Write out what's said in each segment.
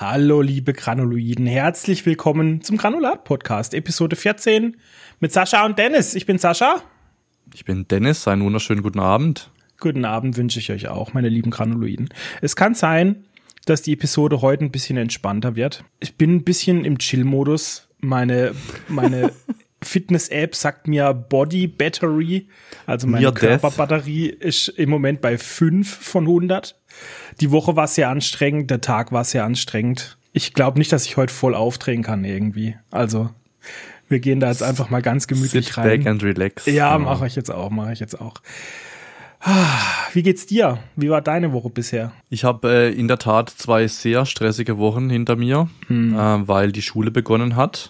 Hallo liebe Granuloiden, herzlich willkommen zum Granulat-Podcast, Episode 14 mit Sascha und Dennis. Ich bin Sascha. Ich bin Dennis, einen wunderschönen guten Abend. Guten Abend wünsche ich euch auch, meine lieben Granuloiden. Es kann sein, dass die Episode heute ein bisschen entspannter wird. Ich bin ein bisschen im Chill-Modus. Meine Fitness-App sagt mir Body Battery, also meine Körperbatterie ist im Moment bei 5 von 100. Die Woche war sehr anstrengend, der Tag war sehr anstrengend. Ich glaube nicht, dass ich heute voll aufdrehen kann irgendwie. Also wir gehen da jetzt einfach mal ganz gemütlich Sit rein. Back and relax. Ja, mache ich jetzt auch. Wie geht's dir? Wie war deine Woche bisher? Ich habe in der Tat 2 sehr stressige Wochen hinter mir, weil die Schule begonnen hat.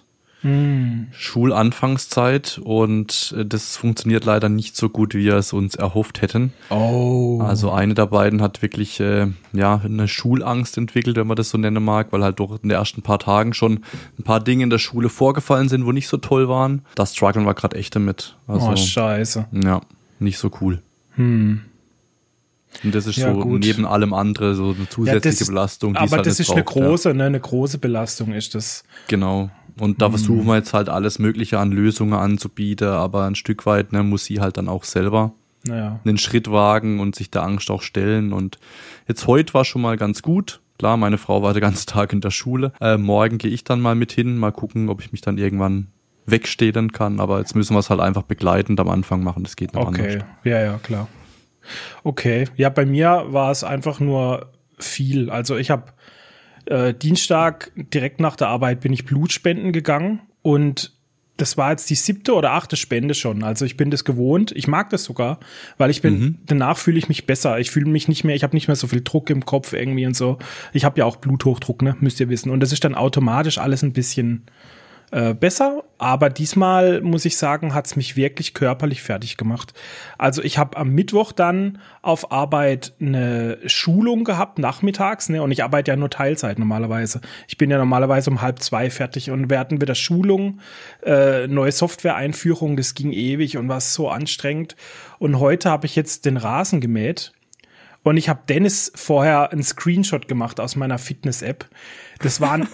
Schulanfangszeit und das funktioniert leider nicht so gut, wie wir es uns erhofft hätten. Oh. Also eine der beiden hat wirklich eine Schulangst entwickelt, wenn man das so nennen mag, weil halt doch in den ersten paar Tagen schon ein paar Dinge in der Schule vorgefallen sind, wo nicht so toll waren. Das Struggeln war gerade echt damit. Also, scheiße. Ja, nicht so cool. Und das ist ja, so gut. Neben allem andere so eine zusätzliche Belastung. Die aber halt das ist braucht, eine große Belastung ist das. Genau. Und da versuchen wir jetzt halt alles Mögliche an Lösungen anzubieten, aber ein Stück weit muss sie halt dann auch selber einen Schritt wagen und sich der Angst auch stellen. Und jetzt heute war schon mal ganz gut. Klar, meine Frau war den ganzen Tag in der Schule. Morgen gehe ich dann mal mit hin, mal gucken, ob ich mich dann irgendwann wegstehlen kann. Aber jetzt müssen wir es halt einfach begleitend am Anfang machen. Das geht nicht anders. Okay, ja, klar. Okay, ja, bei mir war es einfach nur viel. Also ich habe Dienstag direkt nach der Arbeit bin ich Blutspenden gegangen und das war jetzt die 7. oder 8. Spende schon. Also ich bin das gewohnt. Ich mag das sogar, weil ich bin, danach fühle ich mich besser. Ich fühle mich nicht mehr, ich habe nicht mehr so viel Druck im Kopf irgendwie und so. Ich habe ja auch Bluthochdruck, ne, müsst ihr wissen. Und das ist dann automatisch alles ein bisschen besser, aber diesmal, muss ich sagen, hat's mich wirklich körperlich fertig gemacht. Also ich habe am Mittwoch dann auf Arbeit eine Schulung gehabt, nachmittags, ne, und ich arbeite ja nur Teilzeit normalerweise. Ich bin ja normalerweise um 1:30 fertig und wir hatten wieder Schulung, neue Software-Einführung, das ging ewig und war so anstrengend. Und heute habe ich jetzt den Rasen gemäht. Und ich habe Dennis vorher einen Screenshot gemacht aus meiner Fitness-App. Das waren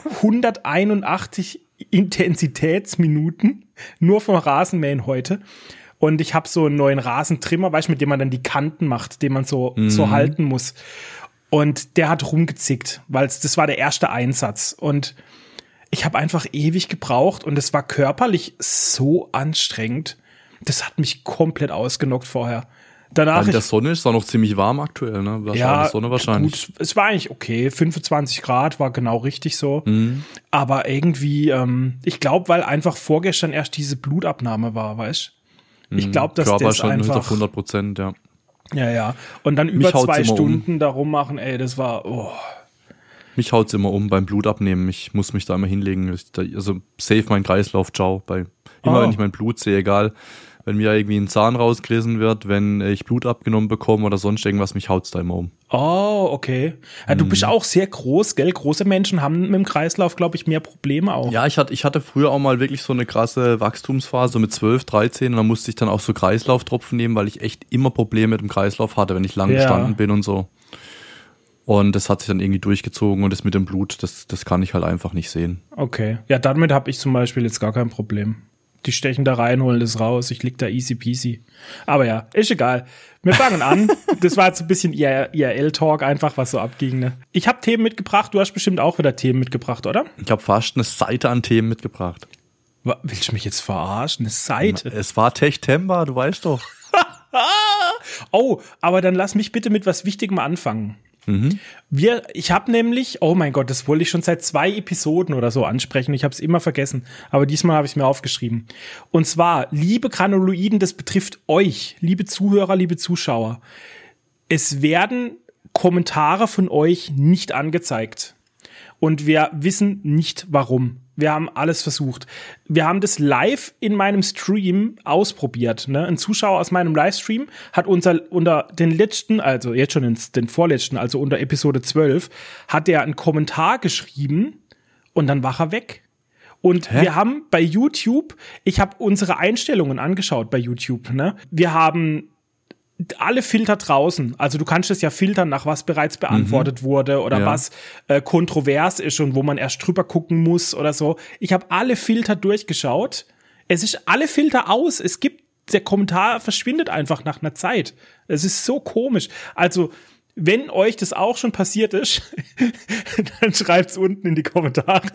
181 Intensitätsminuten nur vom Rasenmähen heute. Und ich habe so einen neuen Rasentrimmer, weißt du, mit dem man dann die Kanten macht, den man so halten muss. Und der hat rumgezickt, weil das war der erste Einsatz. Und ich habe einfach ewig gebraucht und es war körperlich so anstrengend. Das hat mich komplett ausgenockt vorher. Danach in der Sonne ist es auch noch ziemlich warm aktuell, ne? Ja, Sonne wahrscheinlich. Gut, es war eigentlich okay. 25 Grad war genau richtig so. Aber irgendwie, ich glaube, weil einfach vorgestern erst diese Blutabnahme war, weißt du? Ich glaube, dass Körper das schon einfach... auf 100%, ja. Ja. Und dann über 2 Stunden da rummachen, ey, das war... Oh. Mich haut's immer um beim Blutabnehmen. Ich muss mich da immer hinlegen. Also save mein Kreislauf, ciao. Wenn ich mein Blut sehe, egal. Wenn mir irgendwie ein Zahn rausgerissen wird, wenn ich Blut abgenommen bekomme oder sonst irgendwas, mich haut's da immer um. Oh, okay. Ja, du bist auch sehr groß, gell? Große Menschen haben mit dem Kreislauf, glaube ich, mehr Probleme auch. Ja, ich hatte früher auch mal wirklich so eine krasse Wachstumsphase mit 12, 13 und da musste ich dann auch so Kreislauftropfen nehmen, weil ich echt immer Probleme mit dem Kreislauf hatte, wenn ich lang gestanden bin und so. Und das hat sich dann irgendwie durchgezogen und das mit dem Blut, das kann ich halt einfach nicht sehen. Okay. Ja, damit habe ich zum Beispiel jetzt gar kein Problem. Die stechen da rein, holen das raus. Ich lieg da easy peasy. Aber ja, ist egal. Wir fangen an. Das war jetzt ein bisschen IRL-Talk einfach, was so abging. Ne? Ich habe Themen mitgebracht. Du hast bestimmt auch wieder Themen mitgebracht, oder? Ich habe fast eine Seite an Themen mitgebracht. Willst du mich jetzt verarschen? Eine Seite? Es war Techtember, du weißt doch. Oh, aber dann lass mich bitte mit was Wichtigem anfangen. Ich habe nämlich, oh mein Gott, das wollte ich schon seit 2 Episoden oder so ansprechen. Ich habe es immer vergessen, aber diesmal habe ich es mir aufgeschrieben. Und zwar, liebe Granuloiden, das betrifft euch, liebe Zuhörer, liebe Zuschauer. Es werden Kommentare von euch nicht angezeigt. Und wir wissen nicht, warum. Wir haben alles versucht. Wir haben das live in meinem Stream ausprobiert. Ne? Ein Zuschauer aus meinem Livestream hat unter den letzten, also jetzt schon den vorletzten, also unter Episode 12, hat er einen Kommentar geschrieben und dann war er weg. Und wir haben bei YouTube, ich habe unsere Einstellungen angeschaut bei YouTube. Ne? Wir haben alle Filter draußen. Also du kannst es ja filtern, nach was bereits beantwortet wurde oder was kontrovers ist und wo man erst drüber gucken muss oder so. Ich habe alle Filter durchgeschaut. Es ist alle Filter aus. Der Kommentar verschwindet einfach nach einer Zeit. Es ist so komisch. Also, wenn euch das auch schon passiert ist, dann schreibt's unten in die Kommentare.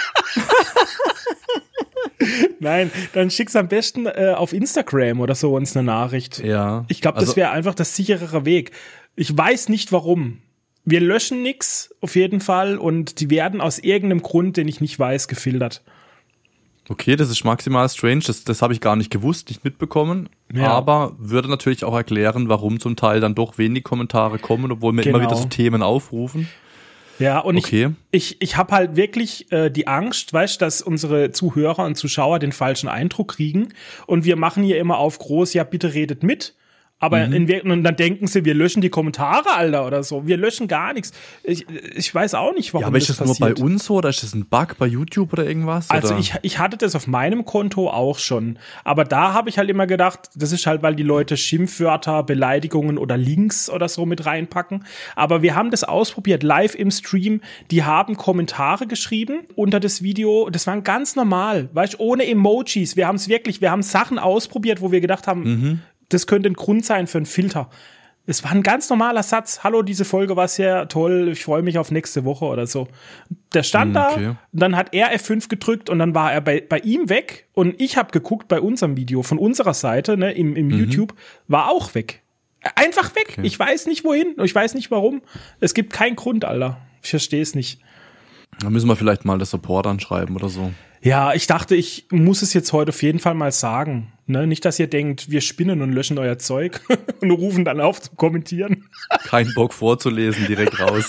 Nein, dann schick's am besten auf Instagram oder so uns eine Nachricht. Ja. Ich glaube, das wäre einfach das sicherere Weg. Ich weiß nicht warum. Wir löschen nix auf jeden Fall und die werden aus irgendeinem Grund, den ich nicht weiß, gefiltert. Okay, das ist maximal strange. Das habe ich gar nicht gewusst, nicht mitbekommen. Ja. Aber würde natürlich auch erklären, warum zum Teil dann doch wenig Kommentare kommen, obwohl wir immer wieder so Themen aufrufen. Ja, und ich habe halt wirklich die Angst, weißt, dass unsere Zuhörer und Zuschauer den falschen Eindruck kriegen. Und wir machen hier immer auf groß, ja, bitte redet mit. Aber und dann denken sie, wir löschen die Kommentare, Alter, oder so. Wir löschen gar nichts. Ich weiß auch nicht, warum das passiert. Ja, aber ist das nur bei uns so oder ist das ein Bug bei YouTube oder irgendwas? Also ich hatte das auf meinem Konto auch schon. Aber da habe ich halt immer gedacht, das ist halt, weil die Leute Schimpfwörter, Beleidigungen oder Links oder so mit reinpacken. Aber wir haben das ausprobiert, live im Stream. Die haben Kommentare geschrieben unter das Video. Das war ganz normal, weißt, ohne Emojis. Wir haben Sachen ausprobiert, wo wir gedacht haben, das könnte ein Grund sein für einen Filter. Es war ein ganz normaler Satz. Hallo, diese Folge war sehr toll. Ich freue mich auf nächste Woche oder so. Der stand da, und dann hat er F5 gedrückt und dann war er bei ihm weg. Und ich habe geguckt bei unserem Video von unserer Seite, ne, im YouTube, war auch weg. Einfach weg. Okay. Ich weiß nicht wohin. Ich weiß nicht warum. Es gibt keinen Grund, Alter. Ich verstehe es nicht. Da müssen wir vielleicht mal das Support anschreiben oder so. Ja, ich dachte, ich muss es jetzt heute auf jeden Fall mal sagen. Ne? Nicht, dass ihr denkt, wir spinnen und löschen euer Zeug und rufen dann auf zu kommentieren. Kein Bock vorzulesen, direkt raus.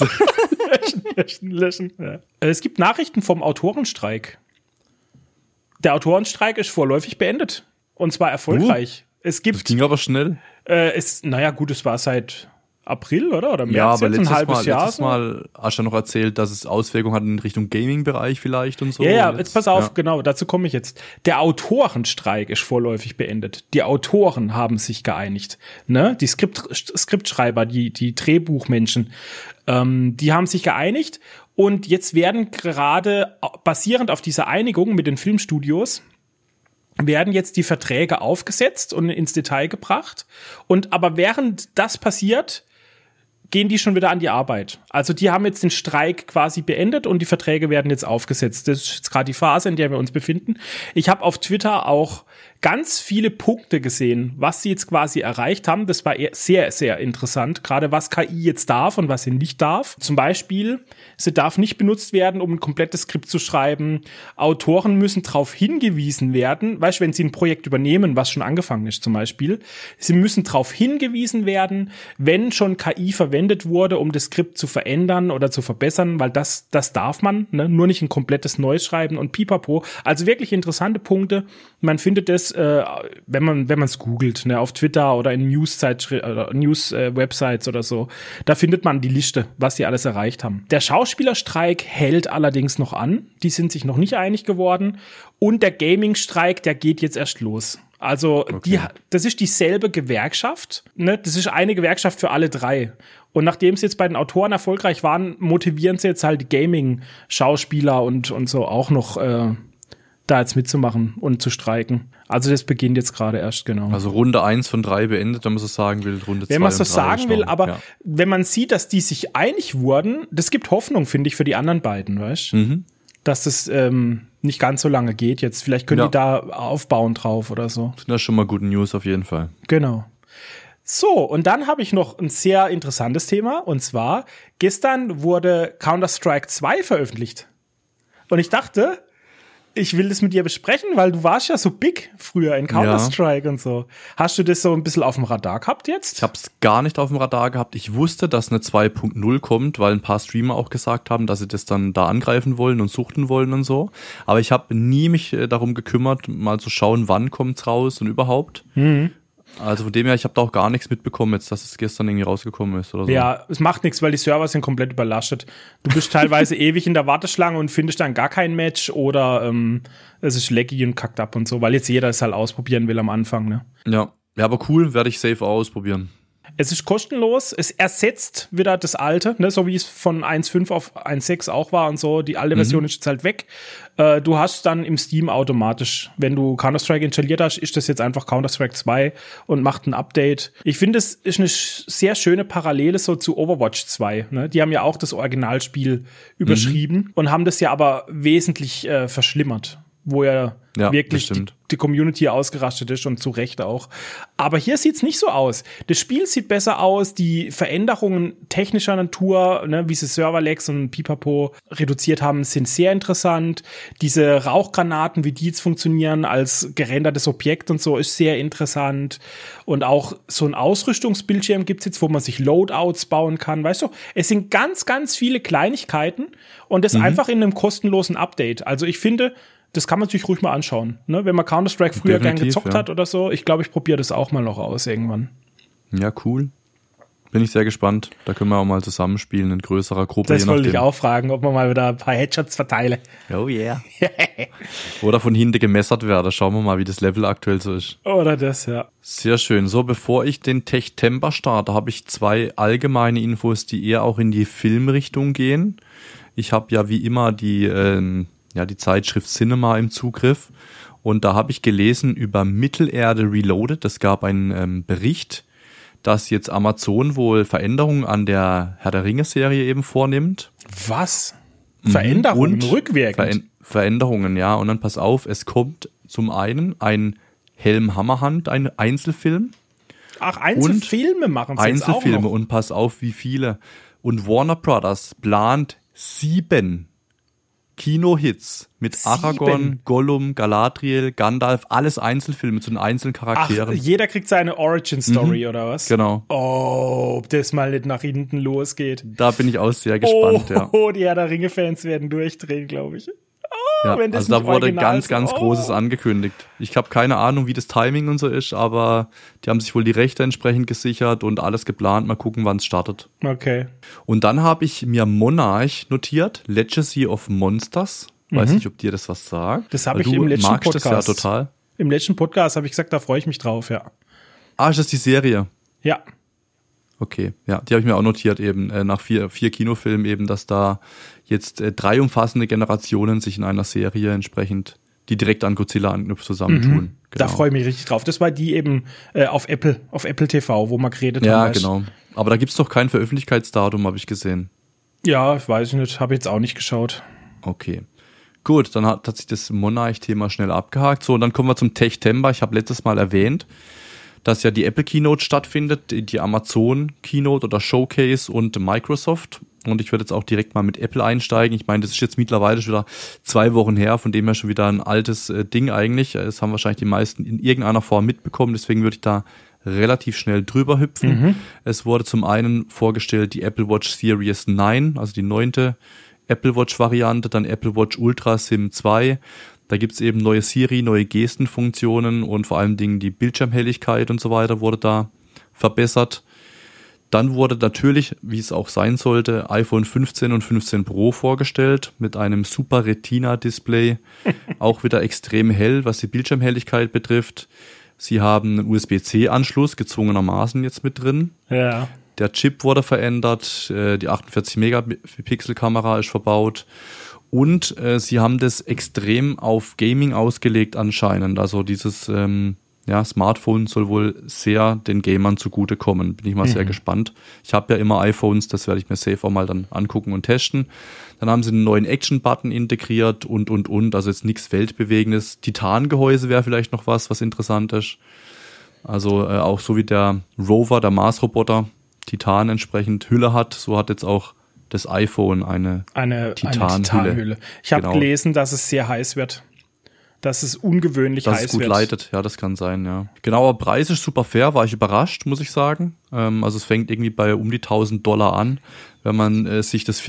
löschen. Ja. Es gibt Nachrichten vom Autorenstreik. Der Autorenstreik ist vorläufig beendet. Und zwar erfolgreich. Das ging aber schnell. Es war seit April, oder März, ja, aber jetzt ein halbes Jahr. Letztes Mal hast du ja noch erzählt, dass es Auswirkungen hat in Richtung Gaming-Bereich vielleicht und so. Ja, jetzt pass auf, genau, dazu komme ich jetzt. Der Autorenstreik ist vorläufig beendet. Die Autoren haben sich geeinigt. Ne? Die Skriptschreiber, die Drehbuchmenschen, die haben sich geeinigt und jetzt werden gerade basierend auf dieser Einigung mit den Filmstudios werden jetzt die Verträge aufgesetzt und ins Detail gebracht. Aber während das passiert, gehen die schon wieder an die Arbeit. Also die haben jetzt den Streik quasi beendet und die Verträge werden jetzt aufgesetzt. Das ist jetzt gerade die Phase, in der wir uns befinden. Ich habe auf Twitter auch ganz viele Punkte gesehen, was sie jetzt quasi erreicht haben. Das war sehr, sehr interessant. Gerade was KI jetzt darf und was sie nicht darf. Zum Beispiel, sie darf nicht benutzt werden, um ein komplettes Skript zu schreiben. Autoren müssen darauf hingewiesen werden, weißt du, wenn sie ein Projekt übernehmen, was schon angefangen ist zum Beispiel. Sie müssen darauf hingewiesen werden, wenn schon KI verwendet wurde, um das Skript zu verändern oder zu verbessern, weil das darf man, ne? Nur nicht ein komplettes Neues schreiben und pipapo. Also wirklich interessante Punkte. Man findet das, wenn man es googelt, ne, auf Twitter oder in News-Websites oder so, da findet man die Liste, was sie alles erreicht haben. Der Schauspielerstreik hält allerdings noch an. Die sind sich noch nicht einig geworden. Und der Gaming-Streik, der geht jetzt erst los. Also okay. Das ist dieselbe Gewerkschaft, ne? Das ist eine Gewerkschaft für alle drei. Und nachdem sie jetzt bei den Autoren erfolgreich waren, motivieren sie jetzt halt die Gaming-Schauspieler und so auch noch da jetzt mitzumachen und zu streiken. Also das beginnt jetzt gerade erst, genau. Also Runde 1 von 3 beendet, wenn man so sagen will, Runde 2 wenn man so sagen will, aber wenn man sieht, dass die sich einig wurden, das gibt Hoffnung, finde ich, für die anderen beiden, weißt du? Dass das nicht ganz so lange geht jetzt. Vielleicht können die da aufbauen drauf oder so. Das ist schon mal gute News auf jeden Fall. Genau. So, und dann habe ich noch ein sehr interessantes Thema. Und zwar, gestern wurde Counter-Strike 2 veröffentlicht. Und ich dachte, ich will das mit dir besprechen, weil du warst ja so big früher in Counter-Strike und so. Hast du das so ein bisschen auf dem Radar gehabt jetzt? Ich hab's gar nicht auf dem Radar gehabt. Ich wusste, dass eine 2.0 kommt, weil ein paar Streamer auch gesagt haben, dass sie das dann da angreifen wollen und suchten wollen und so. Aber ich habe nie mich darum gekümmert, mal zu schauen, wann kommt's raus und überhaupt. Also von dem her, ich habe da auch gar nichts mitbekommen jetzt, dass es gestern irgendwie rausgekommen ist oder so. Ja, es macht nichts, weil die Server sind komplett überlastet. Du bist teilweise ewig in der Warteschlange und findest dann gar kein Match oder es ist laggy und kackt ab und so, weil jetzt jeder es halt ausprobieren will am Anfang, ne? Ja, aber cool, werde ich safe ausprobieren. Es ist kostenlos, es ersetzt wieder das alte, ne, so wie es von 1.5 auf 1.6 auch war und so. Die alte Version ist jetzt halt weg. Du hast dann im Steam automatisch, wenn du Counter-Strike installiert hast, ist das jetzt einfach Counter-Strike 2 und macht ein Update. Ich finde, es ist eine sehr schöne Parallele so zu Overwatch 2. Ne? Die haben ja auch das Originalspiel überschrieben und haben das ja aber wesentlich verschlimmert, wo ja wirklich die Community ausgerastet ist und zu Recht auch. Aber hier sieht's nicht so aus. Das Spiel sieht besser aus, die Veränderungen technischer Natur, ne, wie sie Server-Lags und Pipapo reduziert haben, sind sehr interessant. Diese Rauchgranaten, wie die jetzt funktionieren als gerendertes Objekt und so, ist sehr interessant. Und auch so ein Ausrüstungsbildschirm gibt's jetzt, wo man sich Loadouts bauen kann. Weißt du, es sind ganz, ganz viele Kleinigkeiten und das einfach in einem kostenlosen Update. Also ich finde, das kann man sich ruhig mal anschauen, ne? Wenn man Counter-Strike früher gern gezockt hat oder so. Ich glaube, ich probiere das auch mal noch aus irgendwann. Ja, cool. Bin ich sehr gespannt. Da können wir auch mal zusammenspielen in größerer Gruppe. Das wollte ich auch fragen, ob man mal wieder ein paar Headshots verteile. Oh yeah. Oder von hinten gemessert werde. Schauen wir mal, wie das Level aktuell so ist. Oder das, ja. Sehr schön. So, bevor ich den Tech-Temper starte, habe ich 2 allgemeine Infos, die eher auch in die Filmrichtung gehen. Ich habe ja wie immer die Zeitschrift Cinema im Zugriff. Und da habe ich gelesen über Mittelerde Reloaded. Es gab einen Bericht, dass jetzt Amazon wohl Veränderungen an der Herr der Ringe-Serie eben vornimmt. Was? Veränderungen? Rückwirkend? Veränderungen, ja. Und dann pass auf, es kommt zum einen ein Helm Hammerhand, ein Einzelfilm. Ach, Einzelfilme machen sie jetzt auch noch? Einzelfilme, und pass auf, wie viele. Und Warner Brothers plant 7 Kinohits mit Aragorn, Gollum, Galadriel, Gandalf, alles Einzelfilme zu den einzelnen Charakteren. Ach, jeder kriegt seine Origin-Story, oder was? Genau. Oh, ob das mal nicht nach hinten losgeht. Da bin ich auch sehr gespannt, ja. Oh, die Herr der Ringe-Fans werden durchdrehen, glaube ich. Ja, also da wurde ganz Großes angekündigt. Ich habe keine Ahnung, wie das Timing und so ist, aber die haben sich wohl die Rechte entsprechend gesichert und alles geplant. Mal gucken, wann es startet. Okay. Und dann habe ich mir Monarch notiert, Legacy of Monsters. Weiß nicht, ob dir das was sagt. Das habe ich im letzten Podcast. Du magst das ja total. Im letzten Podcast habe ich gesagt, da freue ich mich drauf, ja. Ah, ist das die Serie? Ja. Okay, ja, die habe ich mir auch notiert eben, nach 4 Kinofilmen eben, dass da jetzt 3 umfassende Generationen sich in einer Serie entsprechend, die direkt an Godzilla anknüpft, zusammentun. Genau. Da freue ich mich richtig drauf. Das war die eben auf Apple TV, wo wir geredet haben. Ja, genau. Aber da gibt's doch kein Veröffentlichkeitsdatum, habe ich gesehen. Ja, ich weiß nicht, habe jetzt auch nicht geschaut. Okay. Gut, dann hat sich das Monarch-Thema schnell abgehakt. So, und dann kommen wir zum Tech-Temper. Ich habe letztes Mal erwähnt, dass ja die Apple Keynote stattfindet, die Amazon Keynote oder Showcase und Microsoft. Und ich werde jetzt auch direkt mal mit Apple einsteigen. Ich meine, das ist jetzt mittlerweile schon wieder 2 Wochen her, von dem her schon wieder ein altes Ding eigentlich. Das haben wahrscheinlich die meisten in irgendeiner Form mitbekommen, deswegen würde ich da relativ schnell drüber hüpfen. Es wurde zum einen vorgestellt die Apple Watch Series 9, also die 9. Apple Watch Variante, dann Apple Watch Ultra Sim 2. Da gibt's eben neue Siri, neue Gestenfunktionen und vor allen Dingen die Bildschirmhelligkeit und so weiter wurde da verbessert. Dann wurde natürlich, wie es auch sein sollte, iPhone 15 und 15 Pro vorgestellt mit einem Super Retina Display. Auch wieder extrem hell, was die Bildschirmhelligkeit betrifft. Sie haben einen USB-C-Anschluss gezwungenermaßen jetzt mit drin. Ja. Der Chip wurde verändert, die 48-Megapixel-Kamera ist verbaut. Und sie haben das extrem auf Gaming ausgelegt anscheinend. Also dieses Smartphone soll wohl sehr den Gamern zugutekommen. Bin ich mal sehr gespannt. Ich habe ja immer iPhones, das werde ich mir safe auch mal dann angucken und testen. Dann haben sie einen neuen Action-Button integriert und. Also jetzt nichts Weltbewegendes. Titangehäuse wäre vielleicht noch was interessant ist. Also auch so wie der Rover, der Mars-Roboter, Titan entsprechend Hülle hat, so hat jetzt auch das iPhone eine Titanhülle. Ich habe gelesen, dass es sehr heiß wird. Dass es ungewöhnlich heiß wird. Dass es gut leitet, ja, das kann sein, ja. Genau, aber Preis ist super fair, war ich überrascht, muss ich sagen. Also es fängt irgendwie bei um die $1.000 an. Wenn man sich das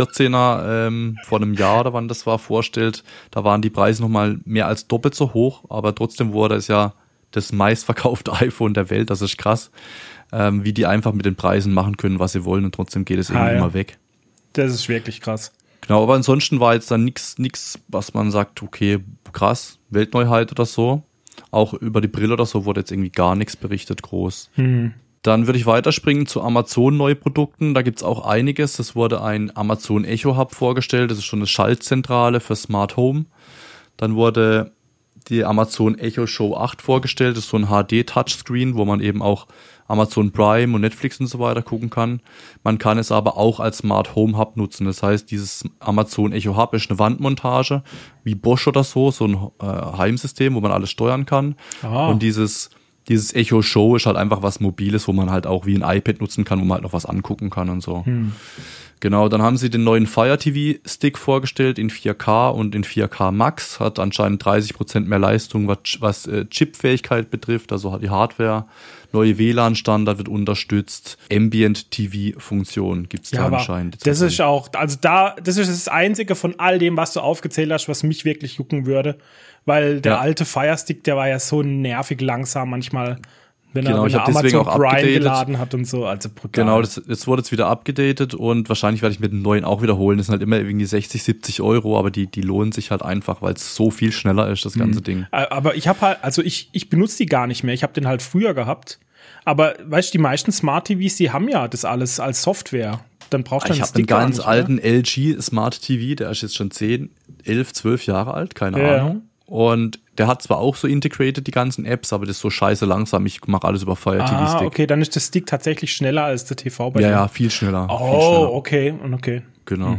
14er vor einem Jahr oder wann das war vorstellt, da waren die Preise nochmal mehr als doppelt so hoch, aber trotzdem wurde es ja das meistverkaufte iPhone der Welt, das ist krass, wie die einfach mit den Preisen machen können, was sie wollen und trotzdem geht es irgendwie immer weg. Das ist wirklich krass. Genau, aber ansonsten war jetzt dann nix, was man sagt, okay, krass, Weltneuheit oder so. Auch über die Brille oder so wurde jetzt irgendwie gar nichts berichtet groß. Dann würde ich weiterspringen zu Amazon-Neuprodukten. Da gibt's auch einiges. Es wurde ein Amazon Echo Hub vorgestellt. Das ist schon eine Schaltzentrale für Smart Home. Dann wurde die Amazon Echo Show 8 vorgestellt. Das ist so ein HD-Touchscreen, wo man eben auch Amazon Prime und Netflix und so weiter gucken kann. Man kann es aber auch als Smart Home Hub nutzen. Das heißt, dieses Amazon Echo Hub ist eine Wandmontage, wie Bosch oder so ein Heimsystem, wo man alles steuern kann. Und dieses Echo Show ist halt einfach was Mobiles, wo man halt auch wie ein iPad nutzen kann, wo man halt noch was angucken kann und so. Genau, dann haben sie den neuen Fire TV Stick vorgestellt in 4K und in 4K Max. Hat anscheinend 30% mehr Leistung, was Chipfähigkeit betrifft, also die Hardware. Neue WLAN-Standard wird unterstützt. Ambient-TV-Funktion gibt's da anscheinend. Das ist auch, also das ist das Einzige von all dem, was du aufgezählt hast, was mich wirklich jucken würde. Weil der alte Fire Stick, der war ja so nervig langsam manchmal, wenn er Amazon Prime geladen hat und so. Also brutal. Genau, das wurde jetzt wieder abgedatet und wahrscheinlich werde ich mit dem neuen auch wiederholen. Das sind halt immer irgendwie 60, 70 €, aber die lohnen sich halt einfach, weil es so viel schneller ist, das ganze Ding. Aber ich habe halt, also ich benutze die gar nicht mehr. Ich habe den halt früher gehabt. Aber weißt du, die meisten Smart TVs, die haben ja das alles als Software. Dann brauchst du einen Stick. Ich habe einen ganz alten LG Smart TV, der ist jetzt schon 10, 11, 12 Jahre alt, keine Ahnung. Und der hat zwar auch so integrated die ganzen Apps, aber das ist so scheiße langsam. Ich mache alles über Fire TV Stick. Okay, dann ist der Stick tatsächlich schneller als der TV bei dir. Ja, viel schneller. Okay. Genau.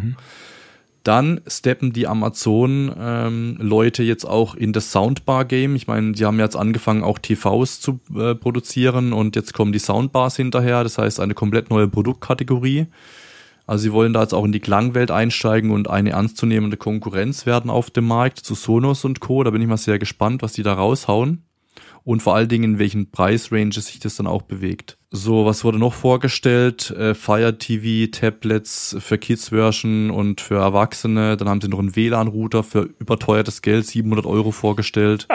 Dann steppen die Amazon-Leute jetzt auch in das Soundbar-Game. Ich meine, die haben jetzt angefangen, auch TVs zu produzieren und jetzt kommen die Soundbars hinterher. Das heißt, eine komplett neue Produktkategorie. Also sie wollen da jetzt auch in die Klangwelt einsteigen und eine ernstzunehmende Konkurrenz werden auf dem Markt zu Sonos und Co. Da bin ich mal sehr gespannt, was die da raushauen. Und vor allen Dingen, in welchen Preisranges sich das dann auch bewegt. So, was wurde noch vorgestellt? Fire TV, Tablets für Kids-Version und für Erwachsene. Dann haben sie noch einen WLAN-Router für überteuertes Geld, 700 € vorgestellt.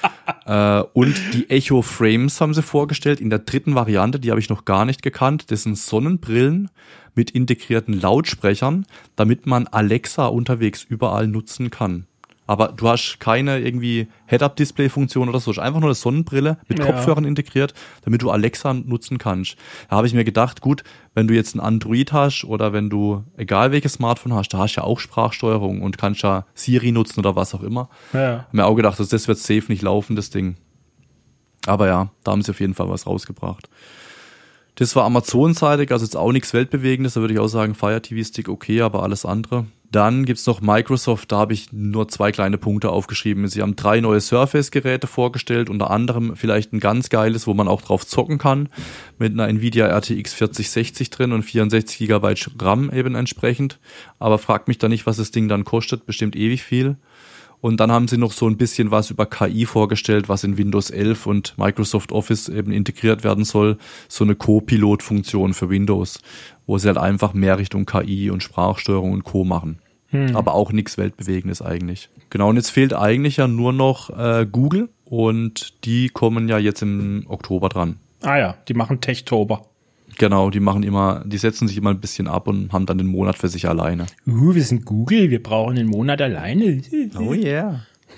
Und die Echo Frames haben sie vorgestellt in der dritten Variante, die habe ich noch gar nicht gekannt. Das sind Sonnenbrillen mit integrierten Lautsprechern, damit man Alexa unterwegs überall nutzen kann. Aber du hast keine irgendwie Head-Up-Display-Funktion oder so. Es ist einfach nur eine Sonnenbrille mit Kopfhörern integriert, damit du Alexa nutzen kannst. Da habe ich mir gedacht, gut, wenn du jetzt ein Android hast oder wenn du, egal welches Smartphone hast, da hast du ja auch Sprachsteuerung und kannst ja Siri nutzen oder was auch immer. Ja. Hab mir auch gedacht, das wird safe nicht laufen, das Ding. Aber ja, da haben sie auf jeden Fall was rausgebracht. Das war Amazon-seitig, also jetzt auch nichts Weltbewegendes. Da würde ich auch sagen, Fire TV Stick okay, aber alles andere. Dann gibt's noch Microsoft, da habe ich nur 2 kleine Punkte aufgeschrieben. Sie haben 3 neue Surface-Geräte vorgestellt, unter anderem vielleicht ein ganz geiles, wo man auch drauf zocken kann, mit einer Nvidia RTX 4060 drin und 64 GB RAM eben entsprechend. Aber fragt mich da nicht, was das Ding dann kostet, bestimmt ewig viel. Und dann haben sie noch so ein bisschen was über KI vorgestellt, was in Windows 11 und Microsoft Office eben integriert werden soll. So eine Co-Pilot-Funktion für Windows, wo sie halt einfach mehr Richtung KI und Sprachsteuerung und Co. machen. Aber auch nichts Weltbewegendes eigentlich. Genau, und jetzt fehlt eigentlich ja nur noch Google und die kommen ja jetzt im Oktober dran. Ah ja, die machen Techtober. Genau, die setzen sich immer ein bisschen ab und haben dann den Monat für sich alleine. Wir sind Google, wir brauchen den Monat alleine. Oh yeah.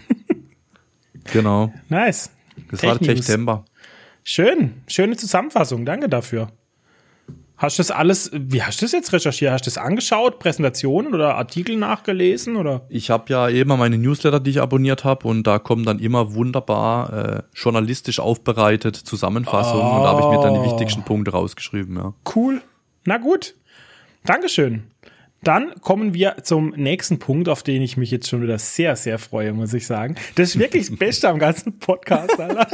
Genau. Nice. Das war der Techtember. Schöne Zusammenfassung, danke dafür. Hast du das alles, wie hast du das jetzt recherchiert? Hast du das angeschaut, Präsentationen oder Artikel nachgelesen? Oder? Ich habe ja immer meine Newsletter, die ich abonniert habe und da kommen dann immer wunderbar journalistisch aufbereitet Zusammenfassungen und da habe ich mir dann die wichtigsten Punkte rausgeschrieben. Ja. Cool. Na gut. Dankeschön. Dann kommen wir zum nächsten Punkt, auf den ich mich jetzt schon wieder sehr, sehr freue, muss ich sagen. Das ist wirklich das Beste am ganzen Podcast, Alter.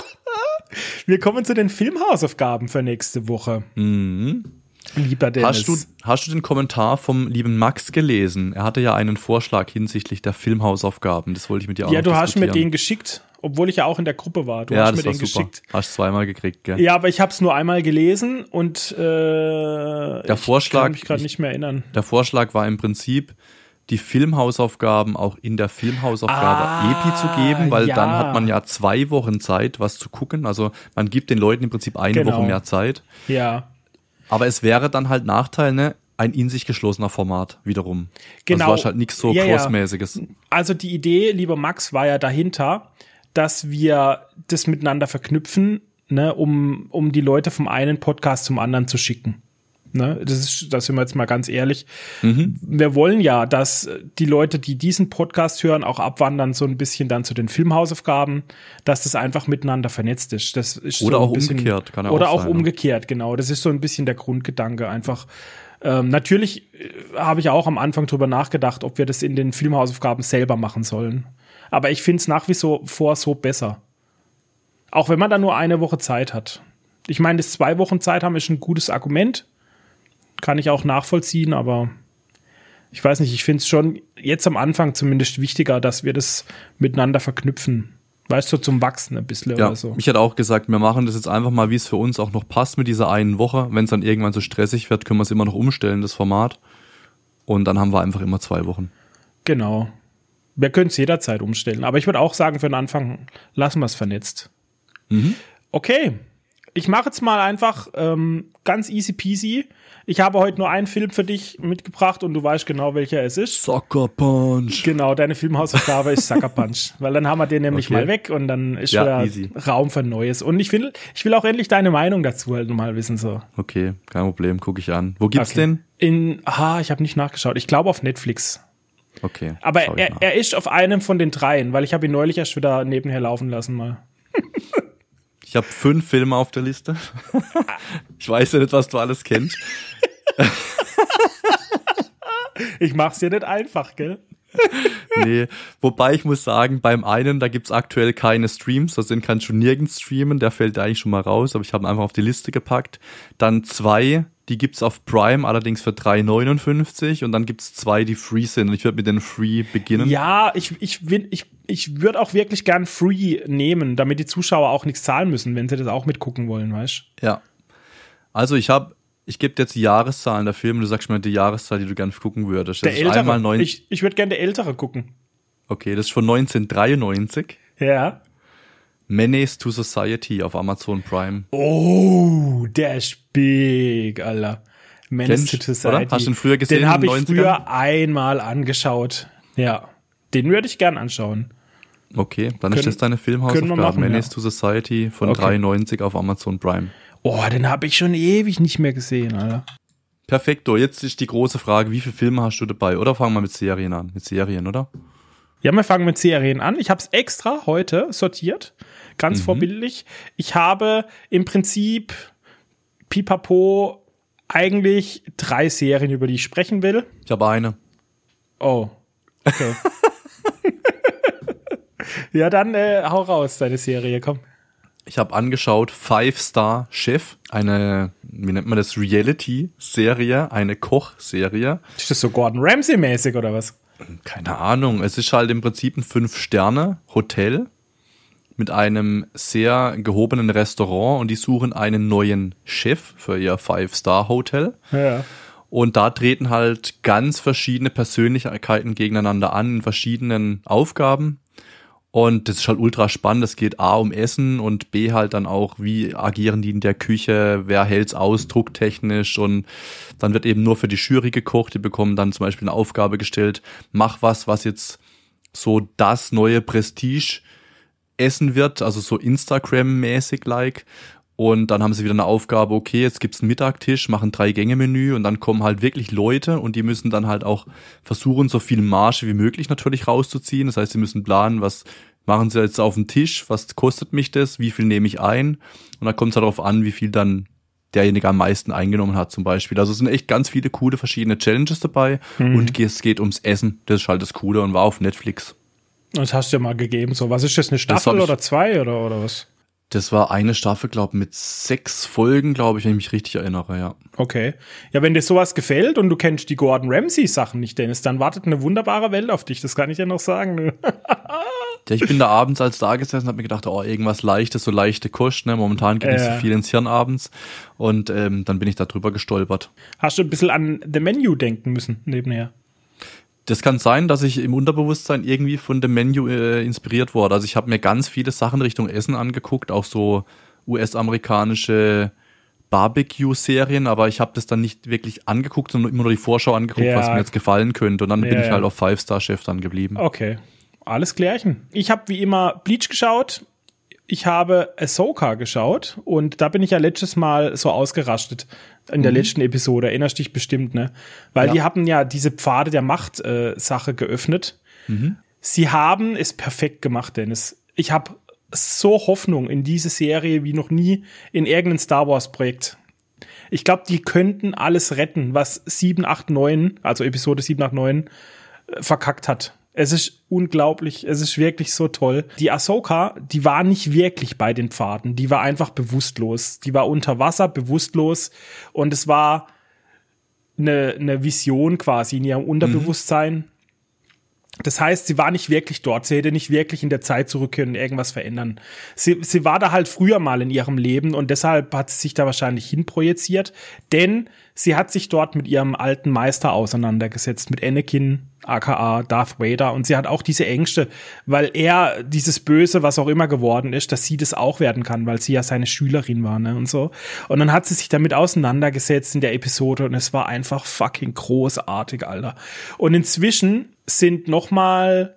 Wir kommen zu den Filmhausaufgaben für nächste Woche. Lieber Dennis. Hast du den Kommentar vom lieben Max gelesen? Er hatte ja einen Vorschlag hinsichtlich der Filmhausaufgaben. Das wollte ich mit dir auch diskutieren. Ja, du hast mir den geschickt, obwohl ich ja auch in der Gruppe war. Du hast mir den geschickt. Hast 2-mal gekriegt, gell? Ja, aber ich habe es nur einmal gelesen und ich kann mich gerade nicht mehr erinnern. Der Vorschlag war im Prinzip, die Filmhausaufgaben auch in der Filmhausaufgabe EPI zu geben, weil dann hat man ja 2 Wochen Zeit, was zu gucken. Also man gibt den Leuten im Prinzip eine Woche mehr Zeit. Ja. Aber es wäre dann halt Nachteil, ne? Ein in sich geschlossener Format wiederum. Genau. Also war halt nichts so Crossmäßiges. Also die Idee, lieber Max, war ja dahinter, dass wir das miteinander verknüpfen, ne, um die Leute vom einen Podcast zum anderen zu schicken. Ne, das sind wir jetzt mal ganz ehrlich. Wir wollen ja, dass die Leute, die diesen Podcast hören, auch abwandern so ein bisschen dann zu den Filmhausaufgaben, dass das einfach miteinander vernetzt ist. Das ist oder so auch umgekehrt, kann ja oder auch sein, umgekehrt, genau. Das ist so ein bisschen der Grundgedanke einfach. Natürlich habe ich auch am Anfang drüber nachgedacht, ob wir das in den Filmhausaufgaben selber machen sollen. Aber ich finde es nach wie vor so besser. Auch wenn man da nur eine Woche Zeit hat. Ich meine, das 2 Wochen Zeit haben ist ein gutes Argument. Kann ich auch nachvollziehen, aber ich weiß nicht, ich finde es schon jetzt am Anfang zumindest wichtiger, dass wir das miteinander verknüpfen. Weißt du, zum Wachsen ein bisschen ja, oder so. Ich hätte auch gesagt, wir machen das jetzt einfach mal, wie es für uns auch noch passt mit dieser einen Woche. Wenn es dann irgendwann so stressig wird, können wir es immer noch umstellen, das Format. Und dann haben wir einfach immer 2 Wochen. Genau. Wir können es jederzeit umstellen. Aber ich würde auch sagen, für den Anfang lassen wir es vernetzt. Okay. Ich mache jetzt mal einfach ganz easy peasy. Ich habe heute nur einen Film für dich mitgebracht und du weißt genau, welcher es ist. Sucker Punch. Genau, deine Filmhausaufgabe ist Sucker Punch. Weil dann haben wir den nämlich mal weg und dann ist wieder easy. Raum für Neues. Und ich will auch endlich deine Meinung dazu halt mal wissen. So. Okay, kein Problem, gucke ich an. Wo gibt's den? Ich habe nicht nachgeschaut. Ich glaube auf Netflix. Okay. Aber er ist auf einem von den 3, weil ich habe ihn neulich erst wieder nebenher laufen lassen mal. Ich habe 5 Filme auf der Liste. Ich weiß ja nicht, was du alles kennst. Ich mach's dir nicht einfach, gell? Nee, wobei ich muss sagen, beim einen, da gibt's aktuell keine Streams, den kannst du nirgends streamen, der fällt da eigentlich schon mal raus, aber ich habe ihn einfach auf die Liste gepackt. Dann 2, die gibt's auf Prime, allerdings für 3,59 und dann gibt's 2, die free sind und ich würde mit den Free beginnen. Ja, ich würde auch wirklich gern Free nehmen, damit die Zuschauer auch nichts zahlen müssen, wenn sie das auch mitgucken wollen, weißt du? Ja. Also ich gebe dir jetzt die Jahreszahlen der Filme, du sagst mir die Jahreszahl, die du gerne gucken würdest. Das der Ältere. Ich würde gerne der Ältere gucken. Okay, das ist von 1993. Ja. Menace to Society auf Amazon Prime. Oh, der ist big, Alter. Menace to Society. Oder? Hast du ihn früher gesehen? Den habe ich früher einmal angeschaut. Ja, den würde ich gern anschauen. Okay, dann ist das deine Filmhausaufgabe. Menace to Society von 93 auf Amazon Prime. Oh, den habe ich schon ewig nicht mehr gesehen, Alter. Perfekto, jetzt ist die große Frage, wie viele Filme hast du dabei? Oder fangen wir mit Serien an? Mit Serien, oder? Ja, wir fangen mit Serien an. Ich habe es extra heute sortiert, ganz vorbildlich. Ich habe im Prinzip pipapo eigentlich 3 Serien, über die ich sprechen will. Ich habe eine. Oh, okay. Ja, dann hau raus, deine Serie, komm. Ich habe angeschaut 5-Star Chef, eine, wie nennt man das, Reality-Serie, eine Kochserie. Ist das so Gordon Ramsay-mäßig oder was? Keine Ahnung, es ist halt im Prinzip ein 5-Sterne-Hotel mit einem sehr gehobenen Restaurant und die suchen einen neuen Chef für ihr 5-Star-Hotel. Ja. Und da treten halt ganz verschiedene Persönlichkeiten gegeneinander an in verschiedenen Aufgaben. Und das ist halt ultra spannend. Es geht A um Essen und B halt dann auch, wie agieren die in der Küche, wer hält's aus, drucktechnisch. Und dann wird eben nur für die Jury gekocht. Die bekommen dann zum Beispiel eine Aufgabe gestellt, mach was jetzt so das neue Prestige essen wird, also so Instagram-mäßig like. Und dann haben sie wieder eine Aufgabe, okay, jetzt gibt's einen Mittagtisch, machen 3-Gänge-Menü und dann kommen halt wirklich Leute und die müssen dann halt auch versuchen, so viel Marge wie möglich natürlich rauszuziehen. Das heißt, sie müssen planen, was machen sie jetzt auf den Tisch, was kostet mich das, wie viel nehme ich ein? Und da kommt es halt darauf an, wie viel dann derjenige am meisten eingenommen hat zum Beispiel. Also es sind echt ganz viele coole verschiedene Challenges dabei und es geht ums Essen. Das ist halt das Coole und war auf Netflix. Das hast du ja mal gegeben. So, was ist das, eine Staffel oder 2 oder was? Das war eine Staffel, glaube ich, mit 6 Folgen, glaube ich, wenn ich mich richtig erinnere, ja. Okay. Ja, wenn dir sowas gefällt und du kennst die Gordon Ramsay-Sachen nicht, Dennis, dann wartet eine wunderbare Welt auf dich. Das kann ich dir noch sagen. Ja, ich bin da abends als da gesessen und hab mir gedacht, oh, irgendwas Leichtes, so leichte Kost, ne? Momentan geht nicht so viel ins Hirn abends. Und dann bin ich da drüber gestolpert. Hast du ein bisschen an The Menu denken müssen, nebenher? Das kann sein, dass ich im Unterbewusstsein irgendwie von dem Menu inspiriert wurde. Also ich habe mir ganz viele Sachen Richtung Essen angeguckt, auch so US-amerikanische Barbecue-Serien, aber ich habe das dann nicht wirklich angeguckt, sondern immer nur die Vorschau angeguckt, was mir jetzt gefallen könnte. Und dann bin ich halt auf 5-Star Chef dann geblieben. Okay, alles klärchen. Ich habe wie immer Bleach geschaut ich habe Ahsoka geschaut und da bin ich ja letztes Mal so ausgerastet in der letzten Episode. Erinnerst dich bestimmt, ne? Weil die haben ja diese Pfade der Macht Sache geöffnet. Sie haben es perfekt gemacht, Dennis. Ich habe so Hoffnung in diese Serie wie noch nie in irgendeinem Star Wars Projekt. Ich glaube, die könnten alles retten, was 7, 8, 9, also Episode 7, 8, 9 verkackt hat. Es ist unglaublich, es ist wirklich so toll. Die Ahsoka, die war nicht wirklich bei den Pfaden, die war einfach bewusstlos. Die war unter Wasser, bewusstlos und es war eine Vision quasi in ihrem Unterbewusstsein. Das heißt, sie war nicht wirklich dort. Sie hätte nicht wirklich in der Zeit zurückkehren und irgendwas verändern. Sie war da halt früher mal in ihrem Leben und deshalb hat sie sich da wahrscheinlich hinprojiziert, denn sie hat sich dort mit ihrem alten Meister auseinandergesetzt, mit Anakin, aka Darth Vader, und sie hat auch diese Ängste, weil er dieses Böse, was auch immer geworden ist, dass sie das auch werden kann, weil sie ja seine Schülerin war, ne, und so. Und dann hat sie sich damit auseinandergesetzt in der Episode und es war einfach fucking großartig, Alter. Und inzwischen ist noch mal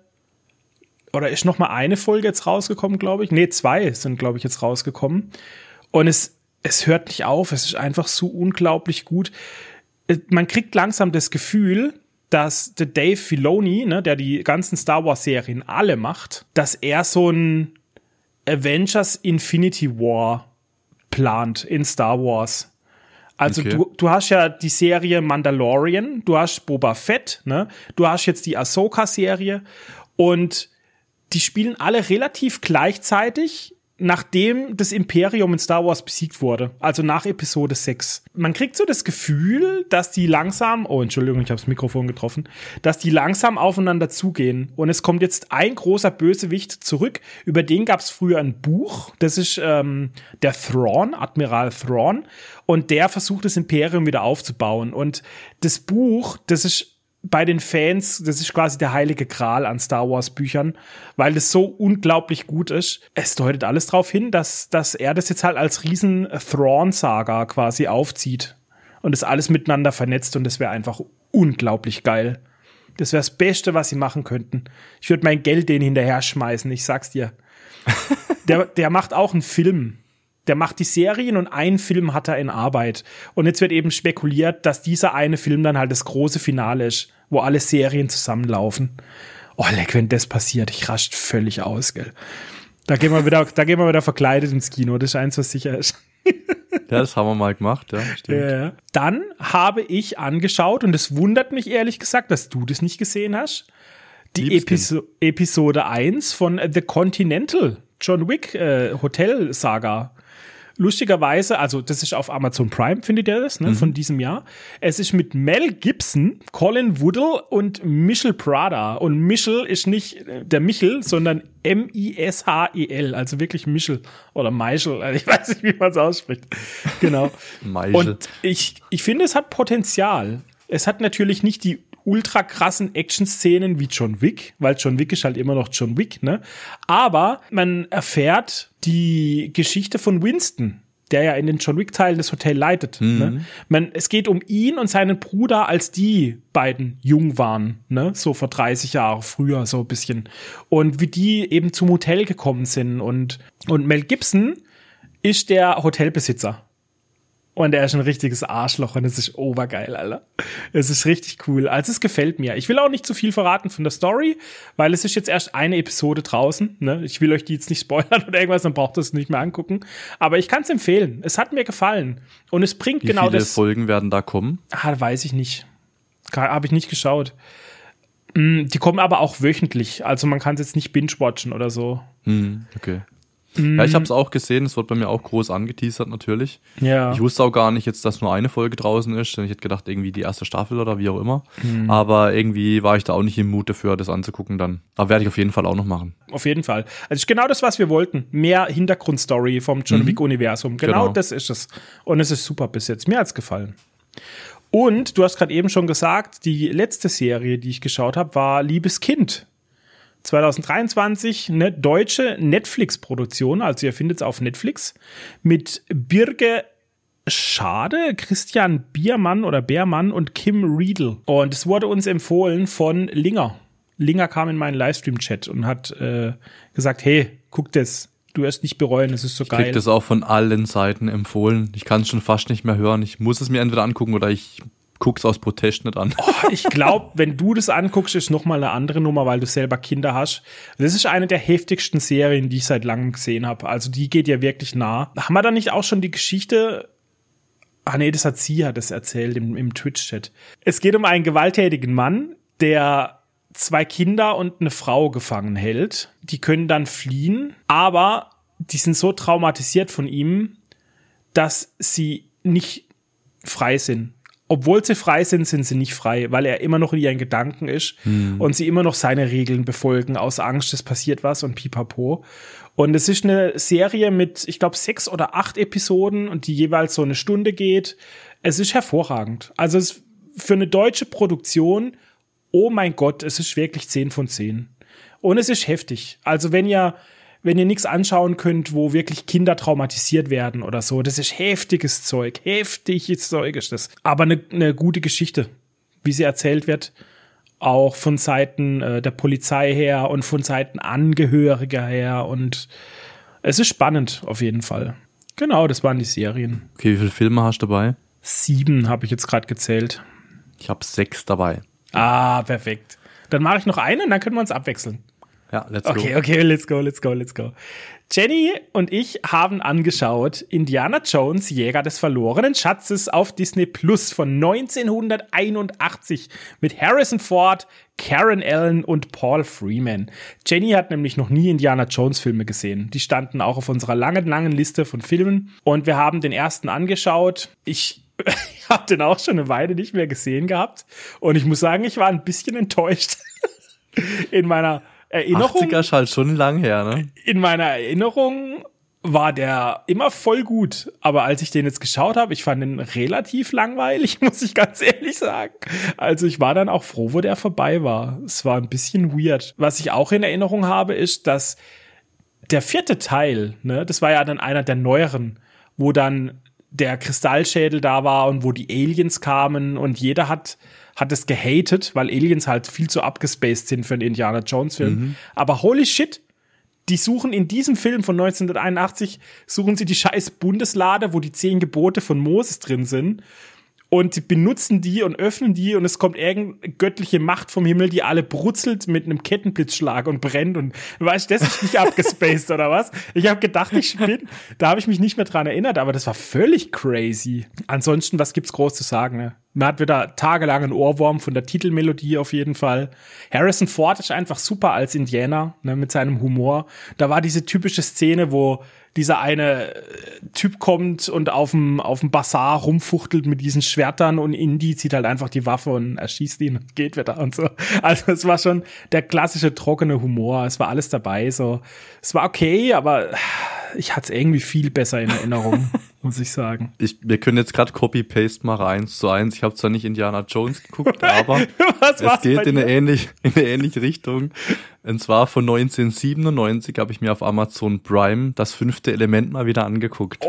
eine Folge jetzt rausgekommen, glaube ich. Nee, 2 sind, glaube ich, jetzt rausgekommen. Und es hört nicht auf. Es ist einfach so unglaublich gut. Man kriegt langsam das Gefühl, dass der Dave Filoni, ne, der die ganzen Star Wars Serien alle macht, dass er so ein Avengers Infinity War plant in Star Wars. Also okay. Du hast ja die Serie Mandalorian, du hast Boba Fett, ne? Du hast jetzt die Ahsoka-Serie und die spielen alle relativ gleichzeitig, nachdem das Imperium in Star Wars besiegt wurde, also nach Episode 6. Man kriegt so das Gefühl, dass die langsam, Entschuldigung, ich habe das Mikrofon getroffen, dass die langsam aufeinander zugehen. Und es kommt jetzt ein großer Bösewicht zurück, über den gab es früher ein Buch, das ist der Thrawn, Admiral Thrawn, und der versucht das Imperium wieder aufzubauen. Und das Buch, das ist bei den Fans, das ist quasi der heilige Gral an Star Wars Büchern, weil das so unglaublich gut ist. Es deutet alles darauf hin, dass er das jetzt halt als riesen Thrawn-Saga quasi aufzieht und das alles miteinander vernetzt und das wäre einfach unglaublich geil. Das wäre das Beste, was sie machen könnten. Ich würde mein Geld denen hinterher schmeißen, ich sag's dir. Der macht auch einen Film. Der macht die Serien und einen Film hat er in Arbeit. Und jetzt wird eben spekuliert, dass dieser eine Film dann halt das große Finale ist, wo alle Serien zusammenlaufen. Oh, leck, wenn das passiert, ich rascht völlig aus, gell. Da gehen wir wieder verkleidet ins Kino, das ist eins, was sicher ist. Ja, das haben wir mal gemacht, ja, stimmt. Ja. Dann habe ich angeschaut, und es wundert mich ehrlich gesagt, dass du das nicht gesehen hast, die Episode 1 von The Continental, John Wick Hotel Saga. Lustigerweise, also das ist auf Amazon Prime, findet ihr das, ne, von diesem Jahr. Es ist mit Mel Gibson, Colin Woodle und Michel Prada. Und Michel ist nicht der Michel, sondern M-I-S-H-E-L, also wirklich Michel oder Michel. Also ich weiß nicht, wie man es ausspricht. Genau. Und ich finde, es hat Potenzial. Es hat natürlich nicht die ultra krassen Action-Szenen wie John Wick, weil John Wick ist halt immer noch John Wick, ne? Aber man erfährt die Geschichte von Winston, der ja in den John Wick-Teilen das Hotel leitet. Ne? Es geht um ihn und seinen Bruder, als die beiden jung waren, ne? So vor 30 Jahren früher so ein bisschen. Und wie die eben zum Hotel gekommen sind. Und Mel Gibson ist der Hotelbesitzer. Und er ist ein richtiges Arschloch und es ist obergeil, Alter. Es ist richtig cool. Also es gefällt mir. Ich will auch nicht zu viel verraten von der Story, weil es ist jetzt erst eine Episode draußen. Ne? Ich will euch die jetzt nicht spoilern oder irgendwas, dann braucht ihr es nicht mehr angucken. Aber ich kann es empfehlen. Es hat mir gefallen. Und es bringt genau das. Wie viele Folgen werden da kommen? Weiß ich nicht. Habe ich nicht geschaut. Die kommen aber auch wöchentlich. Also man kann es jetzt nicht binge-watchen oder so. Okay. Ja, ich habe es auch gesehen, es wird bei mir auch groß angeteasert natürlich. Ja. Ich wusste auch gar nicht jetzt, dass nur eine Folge draußen ist, denn ich hätte gedacht, irgendwie die erste Staffel oder wie auch immer. Aber irgendwie war ich da auch nicht im Mut dafür, das anzugucken dann. Aber werde ich auf jeden Fall auch noch machen. Auf jeden Fall. Also ist genau das, was wir wollten. Mehr Hintergrundstory vom John Wick-Universum. Genau das ist es. Und es ist super bis jetzt. Mir hat's gefallen. Und du hast gerade eben schon gesagt, die letzte Serie, die ich geschaut habe, war Liebes Kind. 2023 eine deutsche Netflix-Produktion, also ihr findet es auf Netflix, mit Birge Schade, Christian Biermann und Kim Riedel. Und es wurde uns empfohlen von Linger. Linger kam in meinen Livestream-Chat und hat gesagt, hey, guck das. Du wirst nicht bereuen, es ist so geil. Ich krieg das auch von allen Seiten empfohlen. Ich kann es schon fast nicht mehr hören. Ich muss es mir entweder angucken oder ich guck's aus Protest nicht an. Oh, ich glaube, wenn du das anguckst, ist nochmal eine andere Nummer, weil du selber Kinder hast. Das ist eine der heftigsten Serien, die ich seit langem gesehen habe. Also die geht ja wirklich nah. Haben wir da nicht auch schon die Geschichte? Ah nee, das erzählt im Twitch-Chat. Es geht um einen gewalttätigen Mann, der 2 Kinder und eine Frau gefangen hält. Die können dann fliehen, aber die sind so traumatisiert von ihm, dass sie nicht frei sind. Obwohl sie frei sind, sind sie nicht frei, weil er immer noch in ihren Gedanken ist und sie immer noch seine Regeln befolgen, aus Angst, es passiert was und pipapo. Und es ist eine Serie mit, ich glaube, 6 oder 8 Episoden und die jeweils so eine Stunde geht. Es ist hervorragend. Also es ist für eine deutsche Produktion, oh mein Gott, es ist wirklich 10 von 10. Und es ist heftig. Also wenn ihr nichts anschauen könnt, wo wirklich Kinder traumatisiert werden oder so, das ist heftiges Zeug. Heftiges Zeug ist das. Aber eine gute Geschichte, wie sie erzählt wird. Auch von Seiten der Polizei her und von Seiten Angehöriger her. Und es ist spannend, auf jeden Fall. Genau, das waren die Serien. Okay, wie viele Filme hast du dabei? 7 habe ich jetzt gerade gezählt. Ich habe 6 dabei. Ah, perfekt. Dann mache ich noch eine und dann können wir uns abwechseln. Ja, let's go. Okay, let's go. Jenny und ich haben angeschaut Indiana Jones, Jäger des verlorenen Schatzes auf Disney Plus von 1981 mit Harrison Ford, Karen Allen und Paul Freeman. Jenny hat nämlich noch nie Indiana Jones Filme gesehen. Die standen auch auf unserer langen Liste von Filmen und wir haben den ersten angeschaut. Ich habe den auch schon eine Weile nicht mehr gesehen gehabt und ich muss sagen, ich war ein bisschen enttäuscht in meiner Erinnerung. 80er ist halt schon lang her, ne? In meiner Erinnerung war der immer voll gut, aber als ich den jetzt geschaut habe, ich fand den relativ langweilig, muss ich ganz ehrlich sagen. Also ich war dann auch froh, wo der vorbei war. Es war ein bisschen weird. Was ich auch in Erinnerung habe, ist, dass der 4. Teil, ne, das war ja dann einer der neueren, wo dann der Kristallschädel da war und wo die Aliens kamen und jeder hat es gehatet, weil Aliens halt viel zu abgespaced sind für einen Indiana Jones Film. Aber holy shit, die suchen in diesem Film von 1981, suchen sie die scheiß Bundeslade, wo die 10 Gebote von Moses drin sind. Und sie benutzen die und öffnen die und es kommt irgendeine göttliche Macht vom Himmel, die alle brutzelt mit einem Kettenblitzschlag und brennt. Und weißt du, das ist nicht abgespaced oder was? Ich habe gedacht, ich spinne. Da habe ich mich nicht mehr dran erinnert, aber das war völlig crazy. Ansonsten, was gibt's groß zu sagen, ne? Man hat wieder tagelang einen Ohrwurm von der Titelmelodie auf jeden Fall. Harrison Ford ist einfach super als Indianer, ne, mit seinem Humor. Da war diese typische Szene, wo dieser eine Typ kommt und auf dem Bazar rumfuchtelt mit diesen Schwertern und Indy zieht halt einfach die Waffe und erschießt ihn und geht wieder und so. Also es war schon der klassische trockene Humor. Es war alles dabei, so. Es war okay, aber ich hatte es irgendwie viel besser in Erinnerung, muss ich sagen. Wir können jetzt gerade Copy-Paste machen 1:1. Ich habe zwar nicht Indiana Jones geguckt, aber es geht in eine ähnliche Richtung. Und zwar von 1997 habe ich mir auf Amazon Prime das 5. Element mal wieder angeguckt.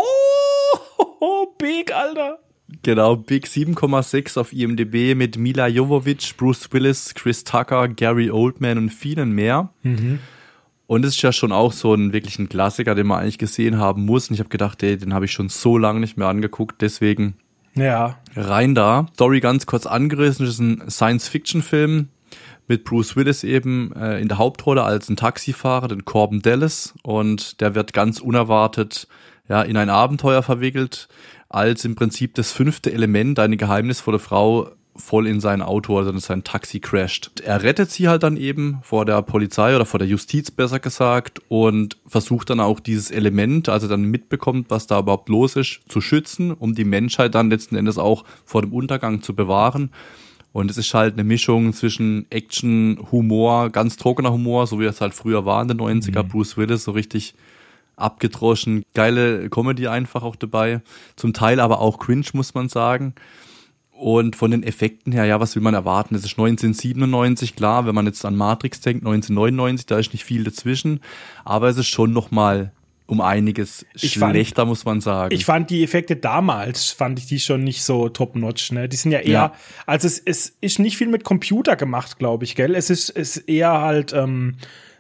Oh, big, Alter. Genau, Big 7,6 auf IMDb mit Mila Jovovich, Bruce Willis, Chris Tucker, Gary Oldman und vielen mehr. Und es ist ja schon auch so wirklich ein Klassiker, den man eigentlich gesehen haben muss. Und ich habe gedacht, den habe ich schon so lange nicht mehr angeguckt, deswegen rein da. Story ganz kurz angerissen, das ist ein Science-Fiction-Film mit Bruce Willis eben in der Hauptrolle als ein Taxifahrer, den Corbin Dallas. Und der wird ganz unerwartet in ein Abenteuer verwickelt, als im Prinzip das 5. Element, eine geheimnisvolle Frau, voll in sein Auto, also in sein Taxi crasht. Er rettet sie halt dann eben vor der Polizei oder vor der Justiz, besser gesagt, und versucht dann auch dieses Element, also dann mitbekommt, was da überhaupt los ist, zu schützen, um die Menschheit dann letzten Endes auch vor dem Untergang zu bewahren. Und es ist halt eine Mischung zwischen Action, Humor, ganz trockener Humor, so wie es halt früher war in den 90er, Bruce Willis, so richtig abgedroschen, geile Comedy einfach auch dabei, zum Teil aber auch cringe, muss man sagen. Und von den Effekten her, was will man erwarten? Es ist 1997, klar, wenn man jetzt an Matrix denkt, 1999, da ist nicht viel dazwischen, aber es ist schon nochmal um einiges schlechter, muss man sagen. Ich fand die Effekte damals, die schon nicht so top-notch, ne? Die sind ja eher, also es ist nicht viel mit Computer gemacht, glaube ich, gell? Es ist eher halt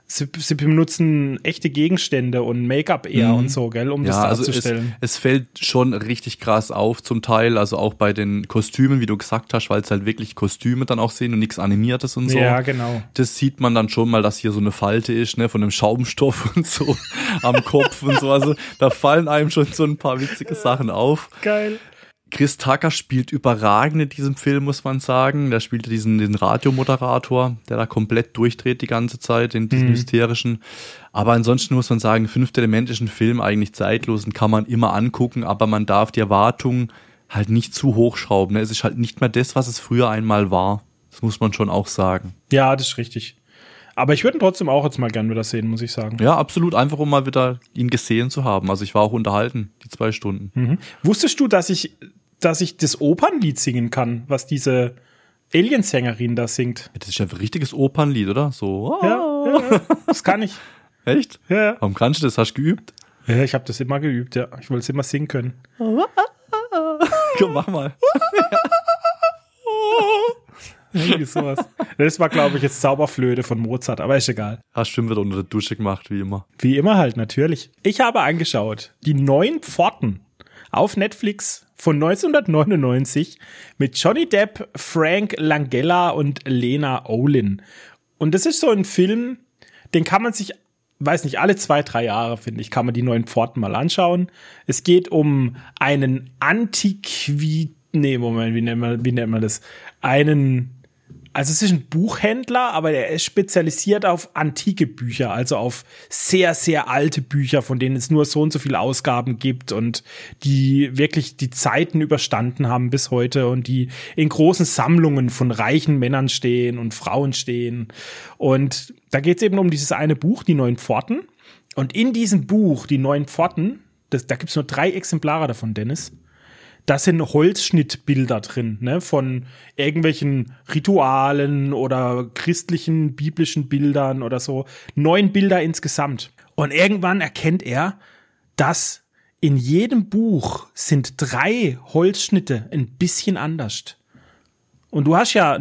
Sie benutzen echte Gegenstände und Make-up eher und so, gell, um das darzustellen. Also es fällt schon richtig krass auf zum Teil, also auch bei den Kostümen, wie du gesagt hast, weil es halt wirklich Kostüme dann auch sind und nichts Animiertes und so. Ja, genau. Das sieht man dann schon mal, dass hier so eine Falte ist, ne, von dem Schaumstoff und so am Kopf und so. Also da fallen einem schon so ein paar witzige Sachen auf. Geil. Chris Tucker spielt überragend in diesem Film, muss man sagen. Der spielt diesen Radiomoderator, der da komplett durchdreht die ganze Zeit, in diesem hysterischen. Aber ansonsten muss man sagen, Fünfte Element ist ein Film eigentlich zeitlos und kann man immer angucken, aber man darf die Erwartungen halt nicht zu hochschrauben. Es ist halt nicht mehr das, was es früher einmal war. Das muss man schon auch sagen. Ja, das ist richtig. Aber ich würde ihn trotzdem auch jetzt mal gern wieder sehen, muss ich sagen. Ja, absolut. Einfach, um mal wieder ihn gesehen zu haben. Also ich war auch unterhalten, die 2 Stunden. Mhm. Wusstest du, dass ich das Opernlied singen kann, was diese Aliensängerin da singt? Das ist ja ein richtiges Opernlied, oder? So. Ja, das kann ich. Echt? Ja. Warum kannst du das? Hast du geübt? Ja, ich habe das immer geübt, ja. Ich wollte es immer singen können. Komm, mach mal. Irgendwie sowas. Das war, glaube ich, jetzt Zauberflöte von Mozart, aber ist egal. Hast du wieder unter der Dusche gemacht, wie immer. Wie immer halt, natürlich. Ich habe angeschaut, die 9 Pforten auf Netflix von 1999 mit Johnny Depp, Frank Langella und Lena Olin. Und das ist so ein Film, den kann man sich, weiß nicht, alle 2-3 Jahre, finde ich, kann man die 9 Pforten mal anschauen. Es geht um einen wie nennt man das? Also es ist ein Buchhändler, aber er ist spezialisiert auf antike Bücher, also auf sehr, sehr alte Bücher, von denen es nur so und so viele Ausgaben gibt und die wirklich die Zeiten überstanden haben bis heute und die in großen Sammlungen von reichen Männern stehen und Frauen stehen. Und da geht es eben um dieses eine Buch, die 9 Pforten. Und in diesem Buch, die 9 Pforten, da gibt es nur 3 Exemplare davon, Dennis. Da sind Holzschnittbilder drin, ne, von irgendwelchen Ritualen oder christlichen, biblischen Bildern oder so. 9 Bilder insgesamt. Und irgendwann erkennt er, dass in jedem Buch sind 3 Holzschnitte ein bisschen anders. Und du hast ja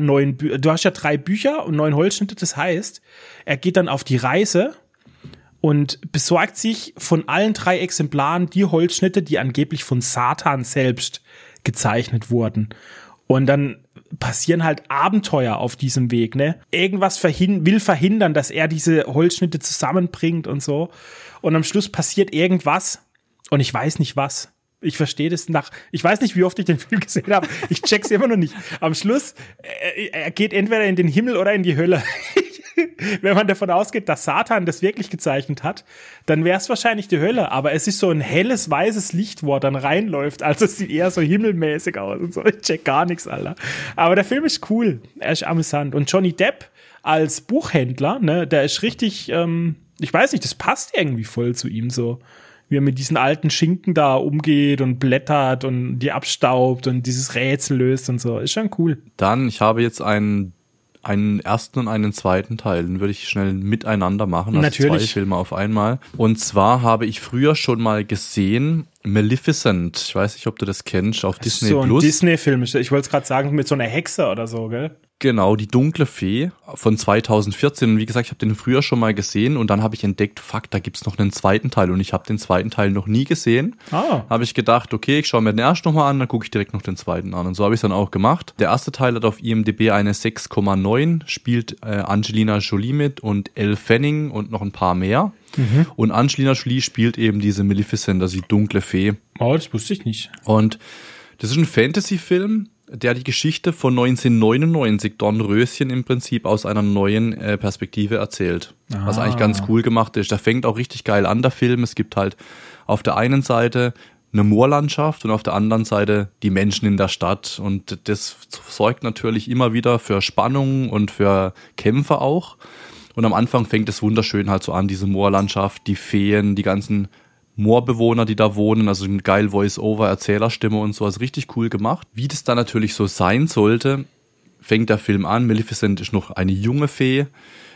3 Bücher und 9 Holzschnitte. Das heißt, er geht dann auf die Reise und besorgt sich von allen 3 Exemplaren die Holzschnitte, die angeblich von Satan selbst gezeichnet wurden. Und dann passieren halt Abenteuer auf diesem Weg, ne? Irgendwas will verhindern, dass er diese Holzschnitte zusammenbringt und so. Und am Schluss passiert irgendwas und ich weiß nicht was. Ich verstehe das ich weiß nicht, wie oft ich den Film gesehen habe. Ich check's immer noch nicht. Am Schluss, er geht entweder in den Himmel oder in die Hölle. Wenn man davon ausgeht, dass Satan das wirklich gezeichnet hat, dann wäre es wahrscheinlich die Hölle. Aber es ist so ein helles, weißes Licht, wo er dann reinläuft. Also es sieht eher so himmelmäßig aus und so. Ich check gar nichts, Alter. Aber der Film ist cool. Er ist amüsant. Und Johnny Depp als Buchhändler, ne, der ist richtig, ich weiß nicht, das passt irgendwie voll zu ihm so. Wie er mit diesen alten Schinken da umgeht und blättert und die abstaubt und dieses Rätsel löst und so. Ist schon cool. Dann, ich habe jetzt einen ersten und einen zweiten Teil. Den würde ich schnell miteinander machen. Also natürlich. 2 Filme auf einmal. Und zwar habe ich früher schon mal gesehen Maleficent. Ich weiß nicht, ob du das kennst, auf Disney+. So ein Disney-Film. Ich wollte es gerade sagen, mit so einer Hexe oder so, gell? Genau, die dunkle Fee von 2014. Und wie gesagt, ich habe den früher schon mal gesehen und dann habe ich entdeckt, fuck, da gibt's noch einen zweiten Teil und ich habe den zweiten Teil noch nie gesehen. Habe ich gedacht, okay, ich schaue mir den ersten nochmal an, dann gucke ich direkt noch den zweiten an. Und so habe ich es dann auch gemacht. Der erste Teil hat auf IMDb eine 6,9, spielt Angelina Jolie mit und Elle Fanning und noch ein paar mehr. Mhm. Und Angelina Jolie spielt eben diese Maleficent, also die dunkle Fee. Oh, das wusste ich nicht. Und das ist ein Fantasy-Film, der die Geschichte von 1999, Dornröschen im Prinzip aus einer neuen Perspektive erzählt. Was eigentlich ganz cool gemacht ist. Der fängt auch richtig geil an, der Film. Es gibt halt auf der einen Seite eine Moorlandschaft und auf der anderen Seite die Menschen in der Stadt. Und das sorgt natürlich immer wieder für Spannung und für Kämpfe auch. Und am Anfang fängt es wunderschön halt so an, diese Moorlandschaft, die Feen, die ganzen Moorbewohner, die da wohnen, also ein geil Voice-Over, Erzählerstimme und so, also richtig cool gemacht. Wie das dann natürlich so sein sollte, fängt der Film an. Maleficent ist noch eine junge Fee,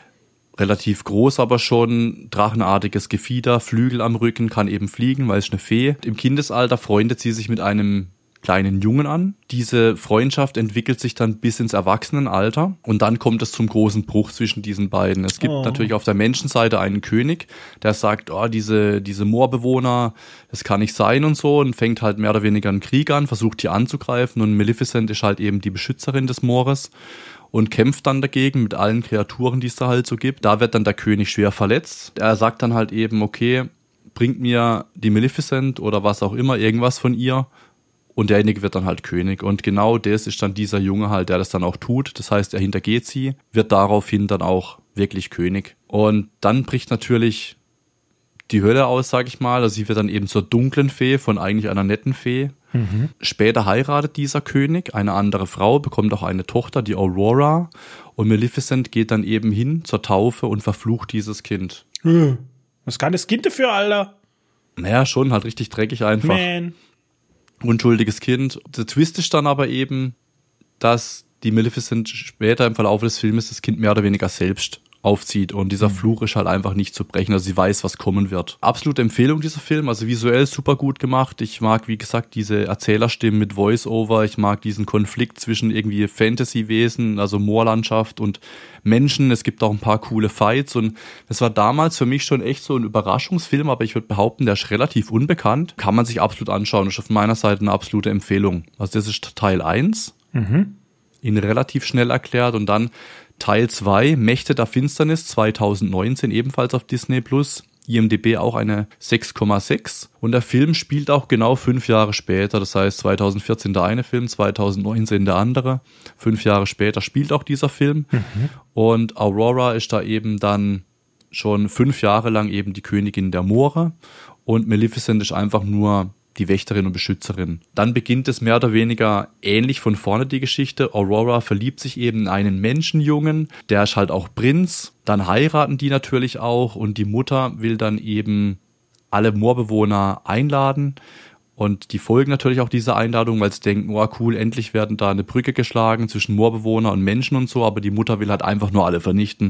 relativ groß aber schon, drachenartiges Gefieder, Flügel am Rücken, kann eben fliegen, weil es eine Fee. Im Kindesalter freundet sie sich mit einem kleinen Jungen an. Diese Freundschaft entwickelt sich dann bis ins Erwachsenenalter und dann kommt es zum großen Bruch zwischen diesen beiden. Es gibt natürlich auf der Menschenseite einen König, der sagt, diese Moorbewohner, das kann nicht sein und so, und fängt halt mehr oder weniger einen Krieg an, versucht hier anzugreifen, und Maleficent ist halt eben die Beschützerin des Moores und kämpft dann dagegen mit allen Kreaturen, die es da halt so gibt. Da wird dann der König schwer verletzt. Er sagt dann halt eben, okay, bringt mir die Maleficent oder was auch immer, irgendwas von ihr, und derjenige wird dann halt König. Und genau das ist dann dieser Junge halt, der das dann auch tut. Das heißt, er hintergeht sie, wird daraufhin dann auch wirklich König. Und dann bricht natürlich die Hölle aus, sag ich mal. Also sie wird dann eben zur dunklen Fee von eigentlich einer netten Fee. Mhm. Später heiratet dieser König eine andere Frau, bekommt auch eine Tochter, die Aurora. Und Maleficent geht dann eben hin zur Taufe und verflucht dieses Kind. Was kann das Kind dafür, Alter? Naja, schon, halt richtig dreckig einfach. Man. Unschuldiges Kind. Der Twist ist dann aber eben, dass die Maleficent später im Verlauf des Filmes das Kind mehr oder weniger selbst aufzieht, und dieser Fluch ist halt einfach nicht zu brechen, also sie weiß, was kommen wird. Absolute Empfehlung, dieser Film, also visuell super gut gemacht. Ich mag, wie gesagt, diese Erzählerstimmen mit Voice-Over, ich mag diesen Konflikt zwischen irgendwie Fantasy-Wesen, also Moorlandschaft und Menschen. Es gibt auch ein paar coole Fights, und das war damals für mich schon echt so ein Überraschungsfilm, aber ich würde behaupten, der ist relativ unbekannt. Kann man sich absolut anschauen, das ist auf meiner Seite eine absolute Empfehlung. Also das ist Teil 1, ihn relativ schnell erklärt, und dann Teil 2, Mächte der Finsternis, 2019, ebenfalls auf Disney+. IMDb auch eine 6,6. Und der Film spielt auch genau 5 Jahre später. Das heißt, 2014 der eine Film, 2019 der andere. 5 Jahre später spielt auch dieser Film. Und Aurora ist da eben dann schon 5 Jahre lang eben die Königin der Moore. Und Maleficent ist einfach nur die Wächterin und Beschützerin. Dann beginnt es mehr oder weniger ähnlich von vorne, die Geschichte. Aurora verliebt sich eben in einen Menschenjungen, der ist halt auch Prinz. Dann heiraten die natürlich auch, und die Mutter will dann eben alle Moorbewohner einladen. Und die folgen natürlich auch dieser Einladung, weil sie denken, oh cool, endlich werden da eine Brücke geschlagen zwischen Moorbewohner und Menschen und so, aber die Mutter will halt einfach nur alle vernichten.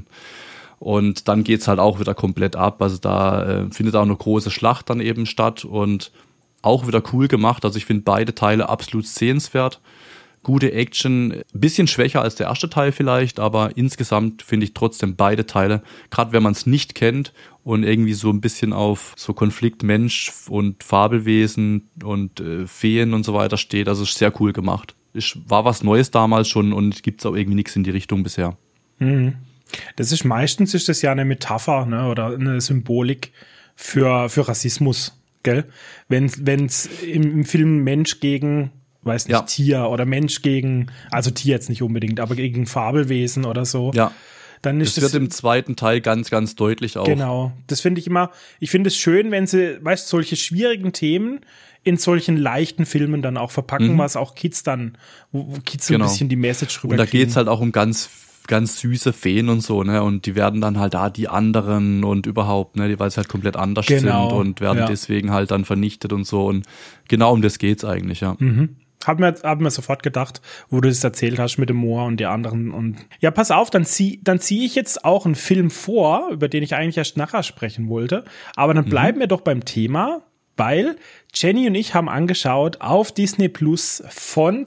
Und dann geht's halt auch wieder komplett ab. Also da findet auch eine große Schlacht dann eben statt, und auch wieder cool gemacht. Also ich finde beide Teile absolut sehenswert. Gute Action, ein bisschen schwächer als der erste Teil vielleicht, aber insgesamt finde ich trotzdem beide Teile, gerade wenn man es nicht kennt und irgendwie so ein bisschen auf so Konflikt Mensch und Fabelwesen und Feen und so weiter steht. Also ist sehr cool gemacht. War was Neues damals schon, und gibt es auch irgendwie nichts in die Richtung bisher. Das ist meistens das ja eine Metapher, ne, oder eine Symbolik für Rassismus. Gell? Wenn's im Film Mensch gegen, weiß nicht, Tier oder Mensch gegen, also Tier jetzt nicht unbedingt, aber gegen Fabelwesen oder so. Ja. Dann ist das wird im zweiten Teil ganz, ganz deutlich auch. Genau. Das finde ich finde es schön, wenn sie, weißt, solche schwierigen Themen in solchen leichten Filmen dann auch verpacken, was auch Kids dann, wo Kids so ein bisschen die Message rüberkriegen. Und da geht's halt auch um ganz süße Feen und so, ne, und die werden dann halt die anderen und überhaupt, ne, weil sie halt komplett anders sind und werden deswegen halt dann vernichtet und so, und genau um das geht's eigentlich, ja. Hab mir sofort gedacht, wo du das erzählt hast mit dem Moor und die anderen, und ja, pass auf, dann zieh ich jetzt auch einen Film vor, über den ich eigentlich erst nachher sprechen wollte, aber dann bleiben wir doch beim Thema, weil Jenny und ich haben angeschaut auf Disney Plus von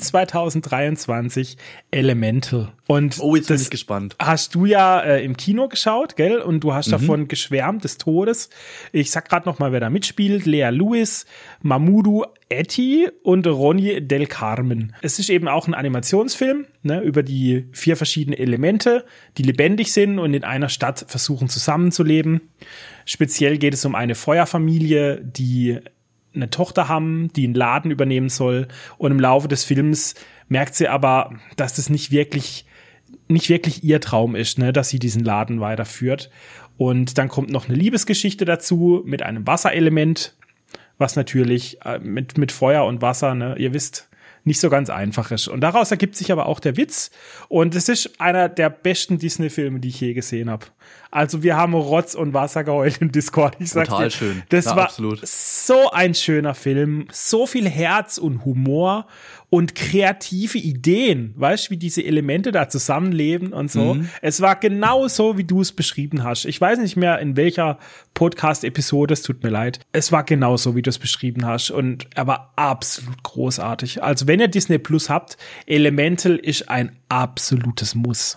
2023 Elemental. Und jetzt bin ich gespannt. Hast du ja im Kino geschaut, gell? Und du hast davon geschwärmt des Todes. Ich sag gerade noch mal, wer da mitspielt. Lea Lewis, Mamoudou Athie und Ronnie Del Carmen. Es ist eben auch ein Animationsfilm, ne, über die 4 verschiedene Elemente, die lebendig sind und in einer Stadt versuchen zusammenzuleben. Speziell geht es um eine Feuerfamilie, die eine Tochter haben, die einen Laden übernehmen soll, und im Laufe des Films merkt sie aber, dass das nicht wirklich ihr Traum ist, ne, dass sie diesen Laden weiterführt. Und dann kommt noch eine Liebesgeschichte dazu mit einem Wasserelement, was natürlich mit Feuer und Wasser, ne, ihr wisst, nicht so ganz einfach ist. Und daraus ergibt sich aber auch der Witz. Und es ist einer der besten Disney-Filme, die ich je gesehen habe. Also wir haben Rotz und Wasser geheult im Discord. Ich sag's total dir. schön. Das ja, war absolut. so ein schöner Film. So viel Herz und Humor und kreative Ideen. Weißt du, wie diese Elemente da zusammenleben und so. Es war genau so, wie du es beschrieben hast. Ich weiß nicht mehr, in welcher Podcast-Episode, es tut mir leid. Es war genau so, wie du es beschrieben hast. Und er war absolut großartig. Also wenn ihr Disney Plus habt, Elemental ist ein absolutes Muss.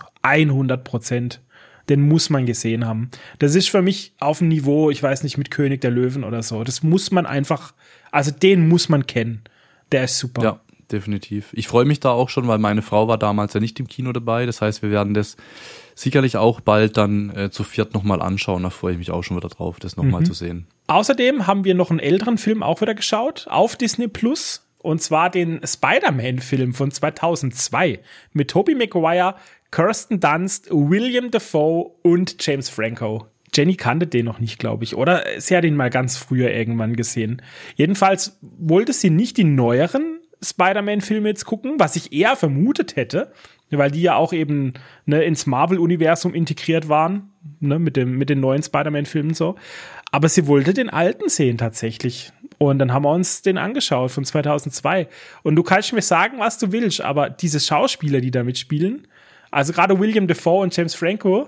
100%. Den muss man gesehen haben. Das ist für mich auf dem Niveau, ich weiß nicht, mit König der Löwen oder so. Das muss man einfach, also den muss man kennen. Der ist super. Ja, definitiv. Ich freue mich da auch schon, weil meine Frau war damals ja nicht im Kino dabei. Das heißt, wir werden das sicherlich auch bald dann zu viert nochmal anschauen. Da freue ich mich auch schon wieder drauf, das nochmal zu sehen. Außerdem haben wir noch einen älteren Film auch wieder geschaut auf Disney Plus. Und zwar den Spider-Man-Film von 2002 mit Tobey Maguire, Kirsten Dunst, William Dafoe und James Franco. Jenny kannte den noch nicht, glaube ich. Oder sie hat ihn mal ganz früher irgendwann gesehen. Jedenfalls wollte sie nicht die neueren Spider-Man-Filme jetzt gucken, was ich eher vermutet hätte, weil die ja auch eben ins Marvel-Universum integriert waren, mit den neuen Spider-Man-Filmen so. Aber sie wollte den alten sehen tatsächlich. Und dann haben wir uns den angeschaut von 2002. Und du kannst mir sagen, was du willst, aber diese Schauspieler, die da mitspielen, also gerade William Dafoe und James Franco,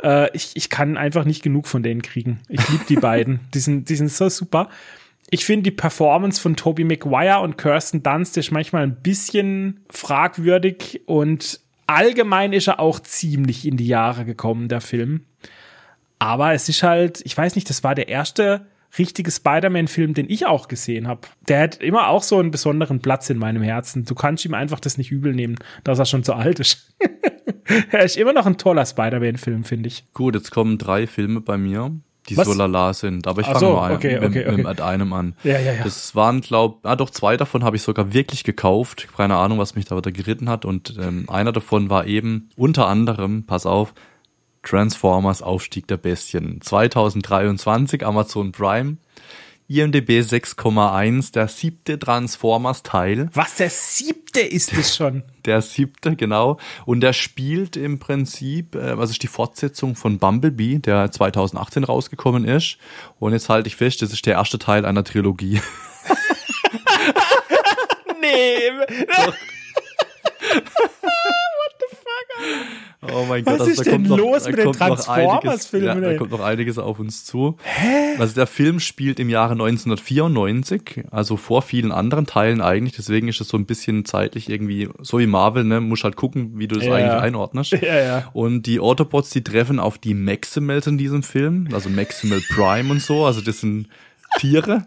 ich kann einfach nicht genug von denen kriegen. Ich liebe die beiden. Die sind so super. Ich finde die Performance von Tobey Maguire und Kirsten Dunst ist manchmal ein bisschen fragwürdig und allgemein ist er auch ziemlich in die Jahre gekommen, der Film. Aber es ist halt, ich weiß nicht, das war der erste richtige Spider-Man-Film, den ich auch gesehen habe. Der hat immer auch so einen besonderen Platz in meinem Herzen. Du kannst ihm einfach das nicht übel nehmen, dass er schon so alt ist. Er ist immer noch ein toller Spider-Man-Film, finde ich. Gut, jetzt kommen 3 Filme bei mir, die so lala sind. Aber ich fange mal mit einem an. Ja. Das waren, doch 2 davon habe ich sogar wirklich gekauft. Keine Ahnung, was mich da wieder geritten hat. Und einer davon war eben unter anderem, pass auf, Transformers Aufstieg der Bestien. 2023, Amazon Prime. IMDb 6,1, der 7. Transformers-Teil. Was, der 7. ist es schon? Der 7., genau. Und der spielt im Prinzip, also ist die Fortsetzung von Bumblebee, der 2018 rausgekommen ist. Und jetzt halte ich fest, das ist der erste Teil einer Trilogie. Nee. Oh mein Gott, was ist denn los mit den Transformers-Filmen? Da kommt noch einiges auf uns zu. Hä? Also der Film spielt im Jahre 1994, also vor vielen anderen Teilen eigentlich. Deswegen ist es so ein bisschen zeitlich irgendwie, so wie Marvel, musst halt gucken, wie du das eigentlich einordnest. Ja. Und die Autobots, die treffen auf die Maximals in diesem Film, also Maximal Prime und so. Also das sind Tiere.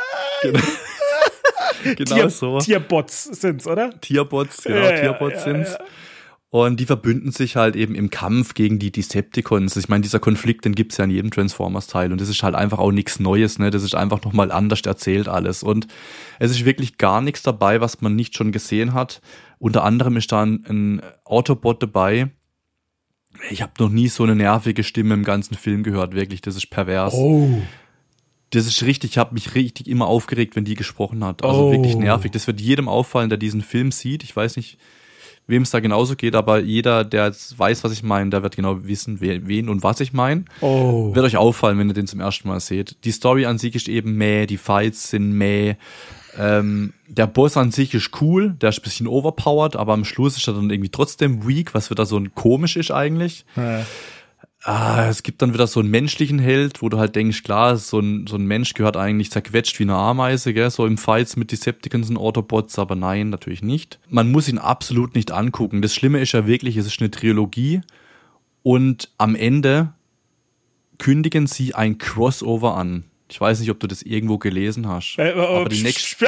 Genau so. Tierbots sind's, oder? Tierbots, genau, Tierbots sind's. Ja. Und die verbünden sich halt eben im Kampf gegen die Decepticons. Ich meine, dieser Konflikt, den gibt's ja in jedem Transformers-Teil. Und das ist halt einfach auch nichts Neues, Das ist einfach nochmal anders erzählt alles. Und es ist wirklich gar nichts dabei, was man nicht schon gesehen hat. Unter anderem ist da ein Autobot dabei. Ich habe noch nie so eine nervige Stimme im ganzen Film gehört, wirklich. Das ist pervers. Oh. Das ist richtig, ich habe mich richtig immer aufgeregt, wenn die gesprochen hat. Also wirklich nervig. Das wird jedem auffallen, der diesen Film sieht. Ich weiß nicht, wem es da genauso geht, aber jeder, der jetzt weiß, was ich meine, der wird genau wissen, wen und was ich meine. Oh. Wird euch auffallen, wenn ihr den zum ersten Mal seht. Die Story an sich ist eben die Fights sind der Boss an sich ist cool, der ist ein bisschen overpowered, aber am Schluss ist er dann irgendwie trotzdem weak, was wieder so komisch ist eigentlich. Ja. Es gibt dann wieder so einen menschlichen Held, wo du halt denkst, klar, so ein Mensch gehört eigentlich zerquetscht wie eine Ameise, gell? So im Fights mit Decepticons und Autobots, aber nein, natürlich nicht. Man muss ihn absolut nicht angucken. Das Schlimme ist ja wirklich, es ist eine Trilogie und am Ende kündigen sie ein Crossover an. Ich weiß nicht, ob du das irgendwo gelesen hast. Aber die nächste...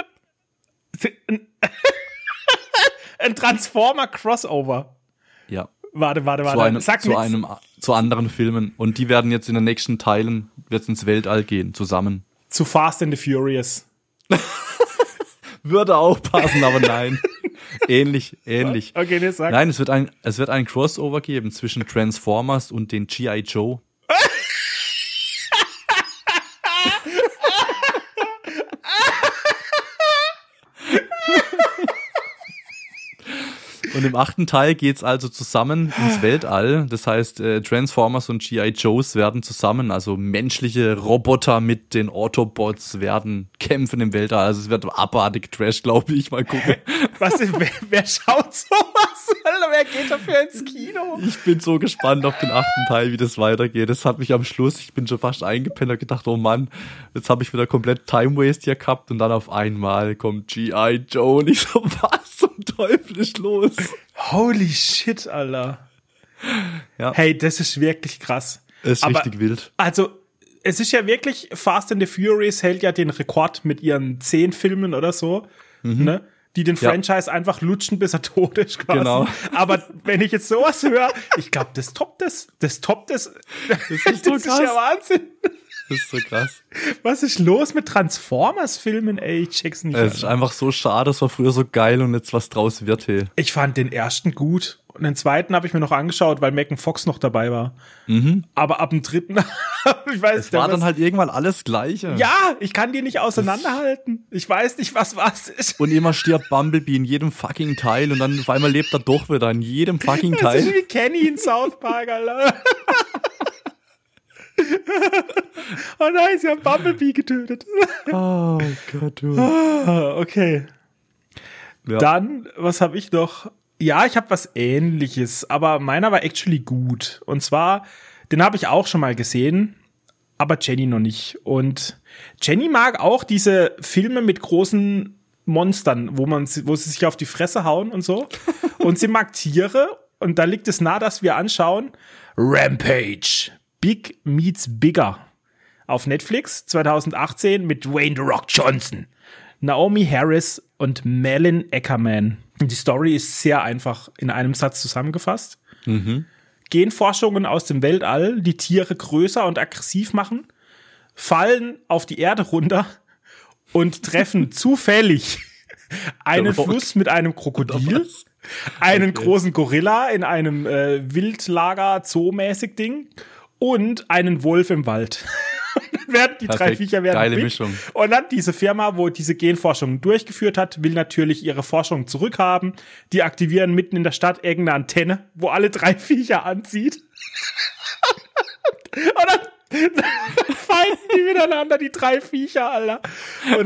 Ein Transformer-Crossover. Ja. Warte. Zu anderen Filmen. Und die werden jetzt in den nächsten Teilen wird's ins Weltall gehen, zusammen. Zu Fast and the Furious. Würde auch passen, aber nein. Ähnlich. Okay, nee, sag. Nein, es wird ein Crossover geben zwischen Transformers und den G.I. Joe. Und im 8. Teil geht's also zusammen ins Weltall. Das heißt, Transformers und G.I. Joes werden zusammen, also menschliche Roboter mit den Autobots werden kämpfen im Weltall. Also es wird abartig Trash, glaube ich. Mal gucken. Wer schaut sowas? Alter, wer geht dafür ins Kino? Ich bin so gespannt auf den 8. Teil, wie das weitergeht. Das hat mich am Schluss, ich bin schon fast eingepennt und gedacht, oh Mann, jetzt habe ich wieder komplett Time Waste hier gehabt und dann auf einmal kommt G.I. Joe und ich so, was zum Teufel ist los? Holy shit, Alter. Ja. Hey, das ist wirklich krass. Es ist richtig wild. Also, es ist ja wirklich, Fast and the Furious hält ja den Rekord mit ihren 10 Filmen oder so, ne? Die den Franchise einfach lutschen, bis er tot ist quasi. Genau. Aber wenn ich jetzt sowas höre, ich glaube, das toppt es. Das ist so krass. Das ist ja Wahnsinn. Das ist so krass. Was ist los mit Transformers-Filmen, ey? Ich check's nicht. Es ist einfach so schade, es war früher so geil und jetzt was draus wird, hey. Ich fand den ersten gut. Und den zweiten habe ich mir noch angeschaut, weil Megan Fox noch dabei war. Aber ab dem dritten, ich weiß nicht. Es war dann halt irgendwann alles Gleiche. Ja, ich kann die nicht auseinanderhalten. Ich weiß nicht, was ist. Und immer stirbt Bumblebee in jedem fucking Teil und dann auf einmal lebt er doch wieder in jedem fucking Teil. Das ist wie Kenny in South Park, Alter. Oh nein, sie haben Bumblebee getötet. Oh Gott, du. Okay. Ja. Dann, was habe ich noch? Ja, ich habe was Ähnliches, aber meiner war actually gut. Und zwar, den habe ich auch schon mal gesehen, aber Jenny noch nicht. Und Jenny mag auch diese Filme mit großen Monstern, wo sie sich auf die Fresse hauen und so. Und sie mag Tiere. Und da liegt es nah, dass wir anschauen. Rampage. Big Meets Bigger. Auf Netflix 2018 mit Dwayne The Rock Johnson, Naomi Harris und Malin Eckerman. Die Story ist sehr einfach in einem Satz zusammengefasst. Genforschungen aus dem Weltall, die Tiere größer und aggressiv machen, fallen auf die Erde runter und treffen zufällig einen Fluss mit einem Krokodil, einen großen Gorilla in einem Wildlager, Zoo-mäßig Ding und einen Wolf im Wald. Die drei Viecher werden geile Mischung. Und dann diese Firma, wo diese Genforschung durchgeführt hat, will natürlich ihre Forschung zurückhaben. Die aktivieren mitten in der Stadt irgendeine Antenne, wo alle 3 Viecher anzieht. Und dann fighten die miteinander, die 3 Viecher, Alter. Und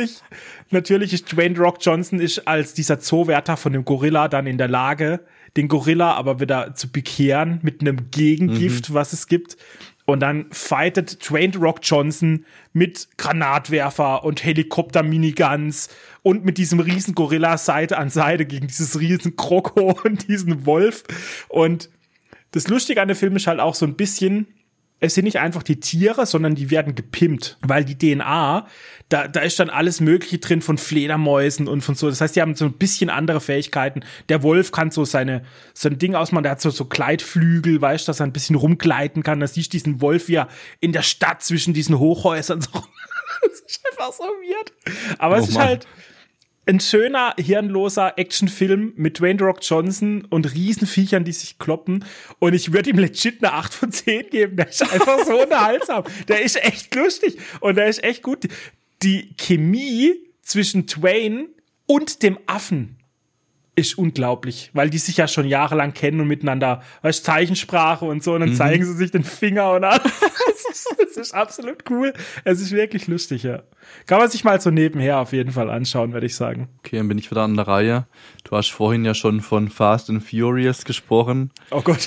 natürlich ist Dwayne The Rock Johnson als dieser Zoowärter von dem Gorilla dann in der Lage, den Gorilla aber wieder zu bekehren mit einem Gegengift, was es gibt. Und dann fightet Dwayne The Rock Johnson mit Granatwerfer und Helikopter-Miniguns und mit diesem riesen Gorilla Seite an Seite gegen dieses riesen Kroko und diesen Wolf. Und das Lustige an dem Film ist halt auch so ein bisschen, es sind nicht einfach die Tiere, sondern die werden gepimpt, weil die DNA, da ist dann alles Mögliche drin von Fledermäusen und von so. Das heißt, die haben so ein bisschen andere Fähigkeiten. Der Wolf kann so ein Ding ausmachen, der hat so Gleitflügel, weißt du, dass er ein bisschen rumgleiten kann. Da siehst du diesen Wolf, wie er in der Stadt zwischen diesen Hochhäusern so. Das ist einfach so weird. Aber es ist halt ein schöner, hirnloser Actionfilm mit Dwayne The Rock Johnson und Riesenviechern, die sich kloppen. Und ich würde ihm legit eine 8 von 10 geben. Der ist einfach so unterhaltsam. Der ist echt lustig. Und der ist echt gut. Die Chemie zwischen Dwayne und dem Affen ist unglaublich, weil die sich ja schon jahrelang kennen und miteinander, weißt, Zeichensprache und so, und dann zeigen sie sich den Finger und alles. Das ist absolut cool. Es ist wirklich lustig, ja. Kann man sich mal so nebenher auf jeden Fall anschauen, würde ich sagen. Okay, dann bin ich wieder an der Reihe. Du hast vorhin ja schon von Fast and Furious gesprochen. Oh Gott.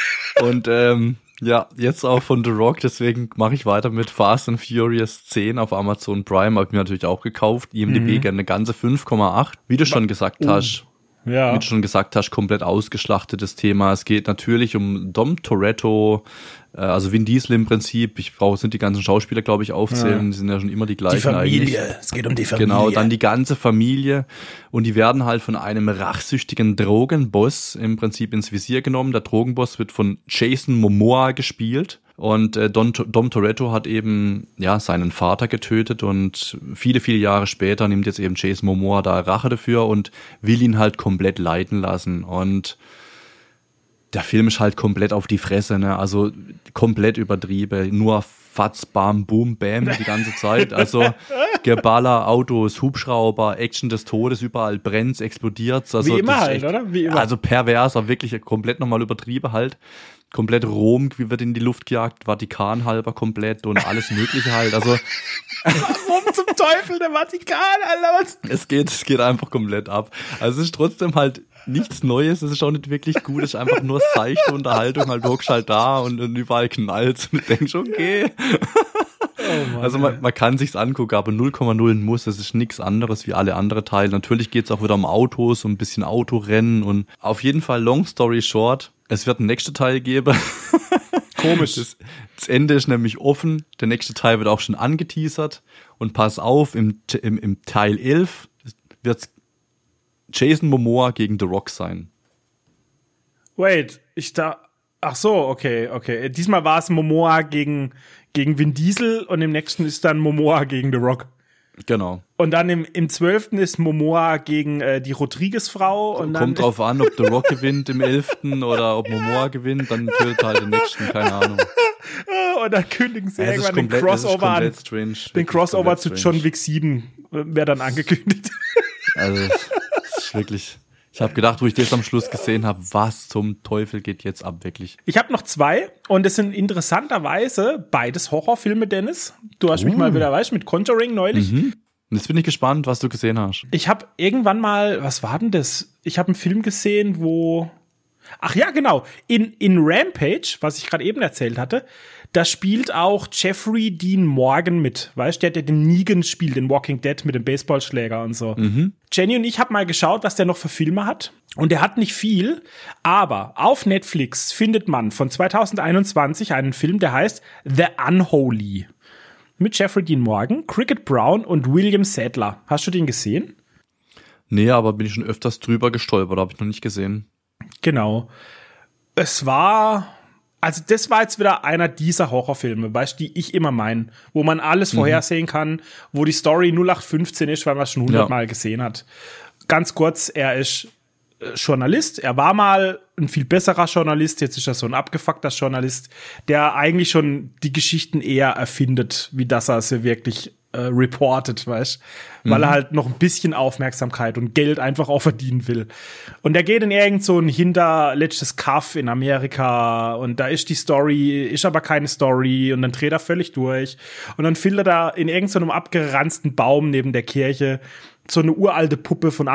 Und ja, jetzt auch von The Rock, deswegen mache ich weiter mit Fast and Furious 10 auf Amazon Prime, habe ich mir natürlich auch gekauft. IMDb gerne eine ganze 5,8. Wie du schon gesagt hast, ja. Wie du schon gesagt hast, komplett ausgeschlachtetes Thema. Es geht natürlich um Dom Toretto, also Vin Diesel im Prinzip. Ich brauche jetzt nicht die ganzen Schauspieler, glaube ich, aufzählen. Die sind ja schon immer die gleichen eigentlich. Die Familie, es geht um die Familie. Genau, dann die ganze Familie. Und die werden halt von einem rachsüchtigen Drogenboss im Prinzip ins Visier genommen. Der Drogenboss wird von Jason Momoa gespielt. Und Dom Toretto hat eben seinen Vater getötet und viele, viele Jahre später nimmt jetzt eben Jason Momoa da Rache dafür und will ihn halt komplett leiden lassen. Und der Film ist halt komplett auf die Fresse, ne? Also komplett übertrieben, nur Fatz, Bam, Boom, Bam die ganze Zeit. Also Geballer, Autos, Hubschrauber, Action des Todes, überall brennt's, explodiert's. Also wie immer halt, oder? Wie immer. Also pervers, aber wirklich komplett nochmal übertrieben halt. Komplett Rom wird in die Luft gejagt, Vatikan halber komplett und alles mögliche halt. Also warum zum Teufel der Vatikan, Alter? Was? Es geht einfach komplett ab. Also es ist trotzdem halt nichts Neues, es ist auch nicht wirklich gut, es ist einfach nur seichte Unterhaltung, halt du hockst halt da und überall knallt und du denkst, okay. Oh Mann, also man kann sich's angucken, aber 0,0 muss, es ist nichts anderes wie alle anderen Teile. Natürlich geht's auch wieder um Autos, um ein bisschen Autorennen und auf jeden Fall long story short, es wird einen nächsten Teil geben. Komisch. Das Ende ist nämlich offen, der nächste Teil wird auch schon angeteasert und pass auf, im Teil 11 wird Jason Momoa gegen The Rock sein. Wait, ach so, okay. Diesmal war es Momoa gegen Vin Diesel und im nächsten ist dann Momoa gegen The Rock. Genau. Und dann im 12. ist Momoa gegen die Rodriguez-Frau. Und kommt drauf an, ob The Rock gewinnt im 11. oder ob Momoa gewinnt, dann tötet halt den nächsten, keine Ahnung. Und dann kündigen sie irgendwann den Crossover an. Strange, den Crossover zu John Wick 7 wäre dann angekündigt. Also, das ist wirklich... Ich habe gedacht, wo ich das am Schluss gesehen habe, was zum Teufel geht jetzt ab, wirklich? Ich habe noch 2 und es sind interessanterweise beides Horrorfilme, Dennis. Du hast mich mal wieder, mit Conjuring neulich. Mhm. Jetzt bin ich gespannt, was du gesehen hast. Ich habe irgendwann mal, was war denn das? Ich habe einen Film gesehen, wo... Ach ja, genau. In Rampage, was ich gerade eben erzählt hatte, da spielt auch Jeffrey Dean Morgan mit. Weißt du, der den Negan spielt in Walking Dead mit dem Baseballschläger und so. Mhm. Jenny und ich haben mal geschaut, was der noch für Filme hat. Und der hat nicht viel, aber auf Netflix findet man von 2021 einen Film, der heißt The Unholy. Mit Jeffrey Dean Morgan, Cricket Brown und William Sadler. Hast du den gesehen? Nee, aber bin ich schon öfters drüber gestolpert, habe ich noch nicht gesehen. Genau. Das war jetzt wieder einer dieser Horrorfilme, weißt du, die ich immer meine, wo man alles vorhersehen kann, wo die Story 0815 ist, weil man es schon 100-mal gesehen hat. Ganz kurz, er ist Journalist, er war mal ein viel besserer Journalist, jetzt ist er so ein abgefuckter Journalist, der eigentlich schon die Geschichten eher erfindet, wie dass er sie wirklich reportet, weißt, weil er halt noch ein bisschen Aufmerksamkeit und Geld einfach auch verdienen will. Und er geht in irgend so ein hinterletztes Kaff in Amerika und da ist die Story, ist aber keine Story und dann dreht er völlig durch und dann findet er da in irgend so einem abgeranzten Baum neben der Kirche so eine uralte Puppe von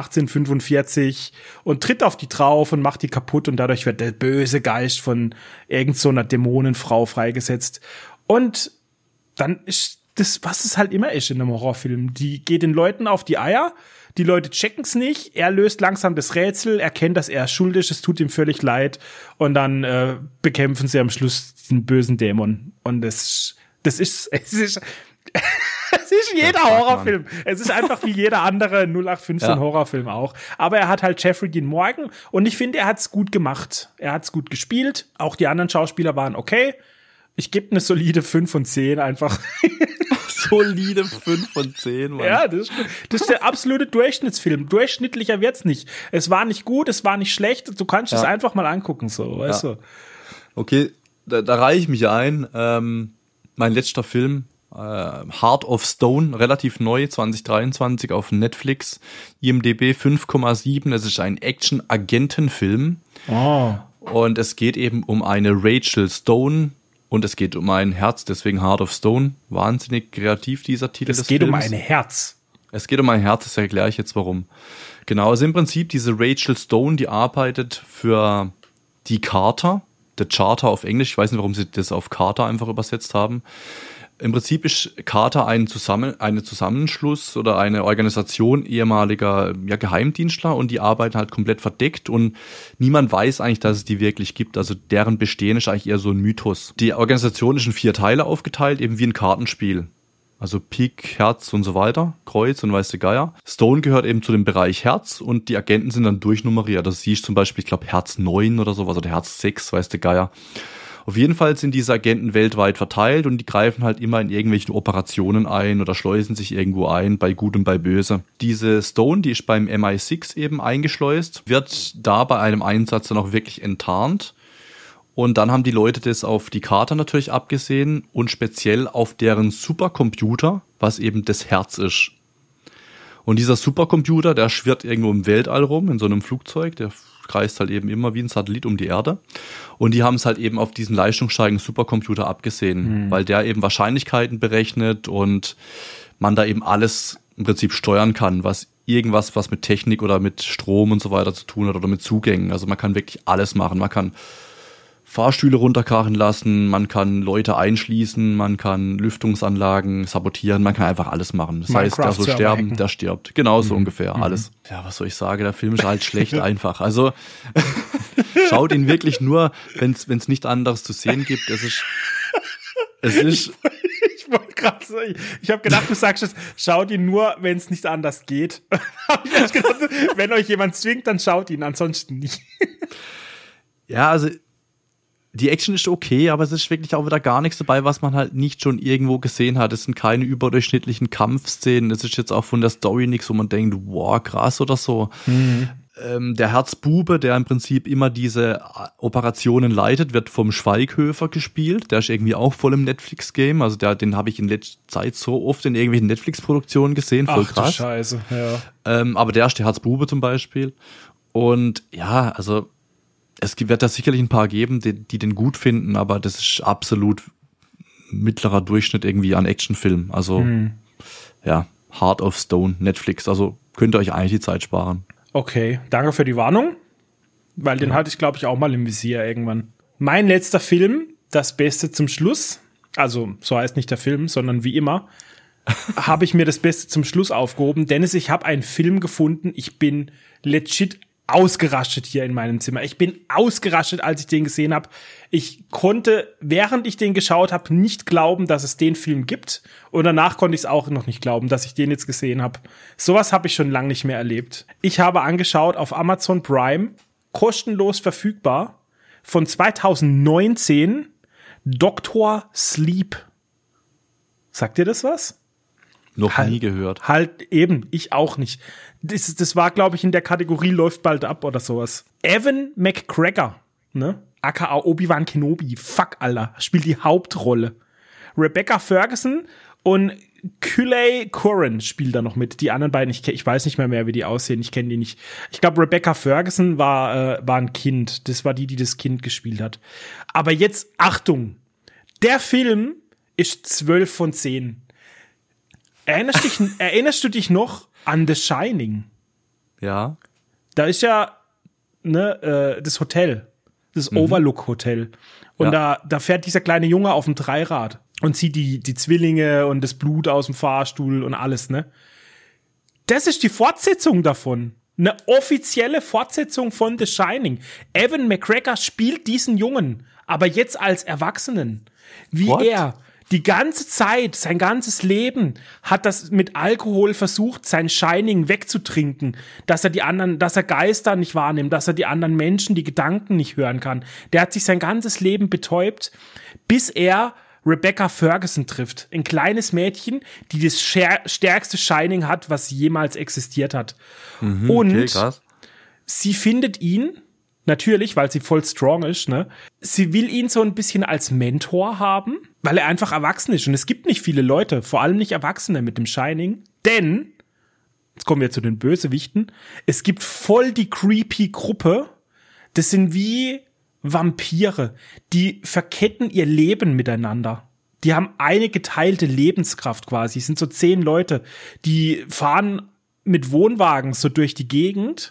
1845 und tritt auf die drauf und macht die kaputt und dadurch wird der böse Geist von irgend so einer Dämonenfrau freigesetzt. Und dann ist das, was es halt immer ist in einem Horrorfilm. Die geht den Leuten auf die Eier, die Leute checken's nicht, er löst langsam das Rätsel, erkennt, dass er schuld ist, es tut ihm völlig leid und dann bekämpfen sie am Schluss den bösen Dämon. Und es ist jeder Horrorfilm. Mann. Es ist einfach wie jeder andere 0815 Horrorfilm auch. Aber er hat halt Jeffrey Dean Morgan und ich finde, er hat's gut gemacht. Er hat's gut gespielt. Auch die anderen Schauspieler waren okay. Ich gebe eine solide 5 von 10 einfach. Solide 5 von 10, Mann. Ja, das ist der absolute Durchschnittsfilm. Durchschnittlicher wird's nicht. Es war nicht gut, es war nicht schlecht. Du kannst es einfach mal angucken, so, weißt du. Okay, da reiche ich mich ein. Mein letzter Film, Heart of Stone, relativ neu, 2023 auf Netflix. IMDb 5,7. Es ist ein Action-Agentenfilm. Oh. Und es geht eben um eine Rachel Stone. Und es geht um ein Herz, deswegen Heart of Stone. Wahnsinnig kreativ, dieser Titel des Films. Es geht um ein Herz. Es geht um ein Herz, das erkläre ich jetzt warum. Genau, also im Prinzip diese Rachel Stone, die arbeitet für die Carter, The Charter auf Englisch. Ich weiß nicht, warum sie das auf Carter einfach übersetzt haben. Im Prinzip ist Carter ein Zusammenschluss oder eine Organisation ehemaliger Geheimdienstler und die arbeiten halt komplett verdeckt und niemand weiß eigentlich, dass es die wirklich gibt. Also deren Bestehen ist eigentlich eher so ein Mythos. Die Organisation ist in 4 Teile aufgeteilt, eben wie ein Kartenspiel. Also Pik, Herz und so weiter, Kreuz und weiß der Geier. Stone gehört eben zu dem Bereich Herz und die Agenten sind dann durchnummeriert. Also sie ist zum Beispiel, ich glaube, Herz 9 oder sowas oder Herz 6, weiß der Geier. Auf jeden Fall sind diese Agenten weltweit verteilt und die greifen halt immer in irgendwelchen Operationen ein oder schleusen sich irgendwo ein, bei Gut und bei Böse. Diese Stone, die ist beim MI6 eben eingeschleust, wird da bei einem Einsatz dann auch wirklich enttarnt Und dann haben die Leute das auf die Karte natürlich abgesehen und speziell auf deren Supercomputer, was eben das Herz ist. Und dieser Supercomputer, der schwirrt irgendwo im Weltall rum, in so einem Flugzeug, der kreist halt eben immer wie ein Satellit um die Erde. Und die haben es halt eben auf diesen leistungsstarken Supercomputer abgesehen, weil der eben Wahrscheinlichkeiten berechnet und man da eben alles im Prinzip steuern kann, was mit Technik oder mit Strom und so weiter zu tun hat oder mit Zugängen. Also man kann wirklich alles machen. Man kann Fahrstühle runterkrachen lassen, man kann Leute einschließen, man kann Lüftungsanlagen sabotieren, man kann einfach alles machen. Das heißt, der soll sterben, der stirbt. Genau so ungefähr, alles. Ja, was soll ich sagen, der Film ist halt schlecht einfach. Also schaut ihn wirklich nur, wenn es nicht anderes zu sehen gibt. Es ist ich wollte gerade sagen, ich habe gedacht, du sagst es, schaut ihn nur, wenn es nicht anders geht. Ich gedacht, wenn euch jemand zwingt, dann schaut ihn, ansonsten nicht. Ja, also die Action ist okay, aber es ist wirklich auch wieder gar nichts dabei, was man halt nicht schon irgendwo gesehen hat. Es sind keine überdurchschnittlichen Kampfszenen. Es ist jetzt auch von der Story nichts, wo man denkt, wow, krass oder so. Der Herzbube, der im Prinzip immer diese Operationen leitet, wird vom Schweighöfer gespielt. Der ist irgendwie auch voll im Netflix-Game. Also den habe ich in letzter Zeit so oft in irgendwelchen Netflix-Produktionen gesehen. Voll krass. Ach du Scheiße, ja. Aber der ist der Herzbube zum Beispiel. Und ja, also wird da sicherlich ein paar geben, die den gut finden, aber das ist absolut mittlerer Durchschnitt irgendwie an Actionfilm. Also ja, Heart of Stone, Netflix. Also könnt ihr euch eigentlich die Zeit sparen. Okay, danke für die Warnung, weil den hatte ich, glaube ich, auch mal im Visier irgendwann. Mein letzter Film, das Beste zum Schluss, also so heißt nicht der Film, sondern wie immer, habe ich mir das Beste zum Schluss aufgehoben. Dennis, ich habe einen Film gefunden, ich bin legit ausgerastet hier in meinem Zimmer. Ich bin ausgerastet, als ich den gesehen habe. Ich konnte, während ich den geschaut habe, nicht glauben, dass es den Film gibt. Und danach konnte ich es auch noch nicht glauben, dass ich den jetzt gesehen habe. Sowas habe ich schon lange nicht mehr erlebt. Ich habe angeschaut auf Amazon Prime, kostenlos verfügbar, von 2019, Dr. Sleep. Sagt dir das was? Noch nie gehört. Halt eben, ich auch nicht. Das war, glaube ich, in der Kategorie läuft bald ab oder sowas. Ewan McGregor, ne? aka Obi-Wan Kenobi, fuck, Alter, spielt die Hauptrolle. Rebecca Ferguson und Culey Curran spielt da noch mit. Die anderen beiden, ich weiß nicht mehr, wie die aussehen, ich kenne die nicht. Ich glaube, Rebecca Ferguson war ein Kind. Das war die das Kind gespielt hat. Aber jetzt, Achtung, der Film ist 12 von 10. Erinnerst du dich noch an The Shining? Ja. Da ist ja das Hotel, das Overlook Hotel. Und da fährt dieser kleine Junge auf dem Dreirad und zieht die Zwillinge und das Blut aus dem Fahrstuhl und alles, ne? Das ist die Fortsetzung davon. Eine offizielle Fortsetzung von The Shining. Ewan McGregor spielt diesen Jungen, aber jetzt als Erwachsenen. Wie What? er die ganze Zeit, sein ganzes Leben hat das mit Alkohol versucht, sein Shining wegzutrinken, dass er Geister nicht wahrnimmt, dass er die anderen Menschen, die Gedanken nicht hören kann. Der hat sich sein ganzes Leben betäubt, bis er Rebecca Ferguson trifft. Ein kleines Mädchen, die das stärkste Shining hat, was jemals existiert hat. Und okay, krass. Sie findet ihn, natürlich, weil sie voll strong ist, ne? Sie will ihn so ein bisschen als Mentor haben, weil er einfach erwachsen ist. Und es gibt nicht viele Leute, vor allem nicht Erwachsene mit dem Shining. Denn, jetzt kommen wir zu den Bösewichten, es gibt voll die creepy Gruppe. Das sind wie Vampire. Die verketten ihr Leben miteinander. Die haben eine geteilte Lebenskraft quasi. Es sind so 10 Leute, die fahren mit Wohnwagen so durch die Gegend.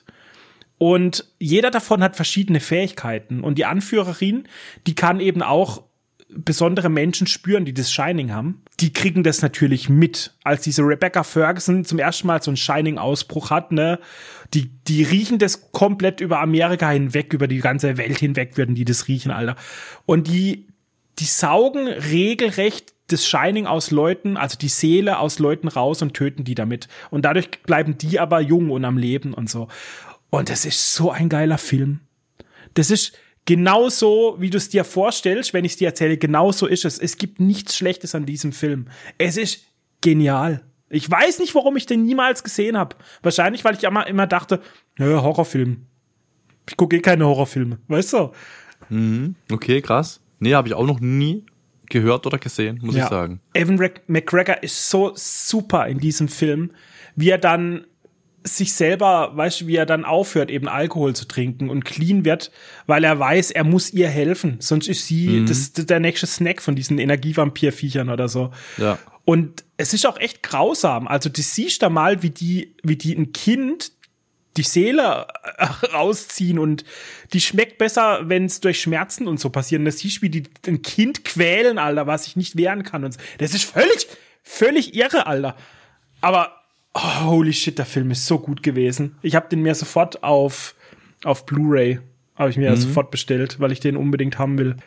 Und jeder davon hat verschiedene Fähigkeiten. Und die Anführerin, die kann eben auch besondere Menschen spüren, die das Shining haben. Die kriegen das natürlich mit. Als diese Rebecca Ferguson zum ersten Mal so einen Shining-Ausbruch hat, ne, die riechen das komplett über Amerika hinweg, über die ganze Welt hinweg würden die das riechen, Alter. Und die saugen regelrecht das Shining aus Leuten, also die Seele aus Leuten raus und töten die damit. Und dadurch bleiben die aber jung und am Leben und so. Und das ist so ein geiler Film. Das ist genauso, wie du es dir vorstellst, wenn ich es dir erzähle, genauso ist es. Es gibt nichts Schlechtes an diesem Film. Es ist genial. Ich weiß nicht, warum ich den niemals gesehen habe. Wahrscheinlich, weil ich immer dachte, Horrorfilm. Ich gucke keine Horrorfilme, weißt du? Okay, krass. Nee, habe ich auch noch nie gehört oder gesehen, muss ich sagen. Ewan McGregor ist so super in diesem Film, wie er dann sich selber, weißt du, wie er dann aufhört, eben Alkohol zu trinken und clean wird, weil er weiß, er muss ihr helfen, sonst ist sie der nächste Snack von diesen Energievampirviechern oder so. Ja. Und es ist auch echt grausam. Also du siehst da mal, wie die ein Kind die Seele rausziehen und die schmeckt besser, wenn es durch Schmerzen und so passiert. Und das siehst du, wie die ein Kind quälen, Alter, was sich nicht wehren kann. Und so. Das ist völlig irre, Alter. Aber holy shit, der Film ist so gut gewesen. Ich habe den mir sofort auf Blu-ray habe ich mir sofort bestellt, weil ich den unbedingt haben will.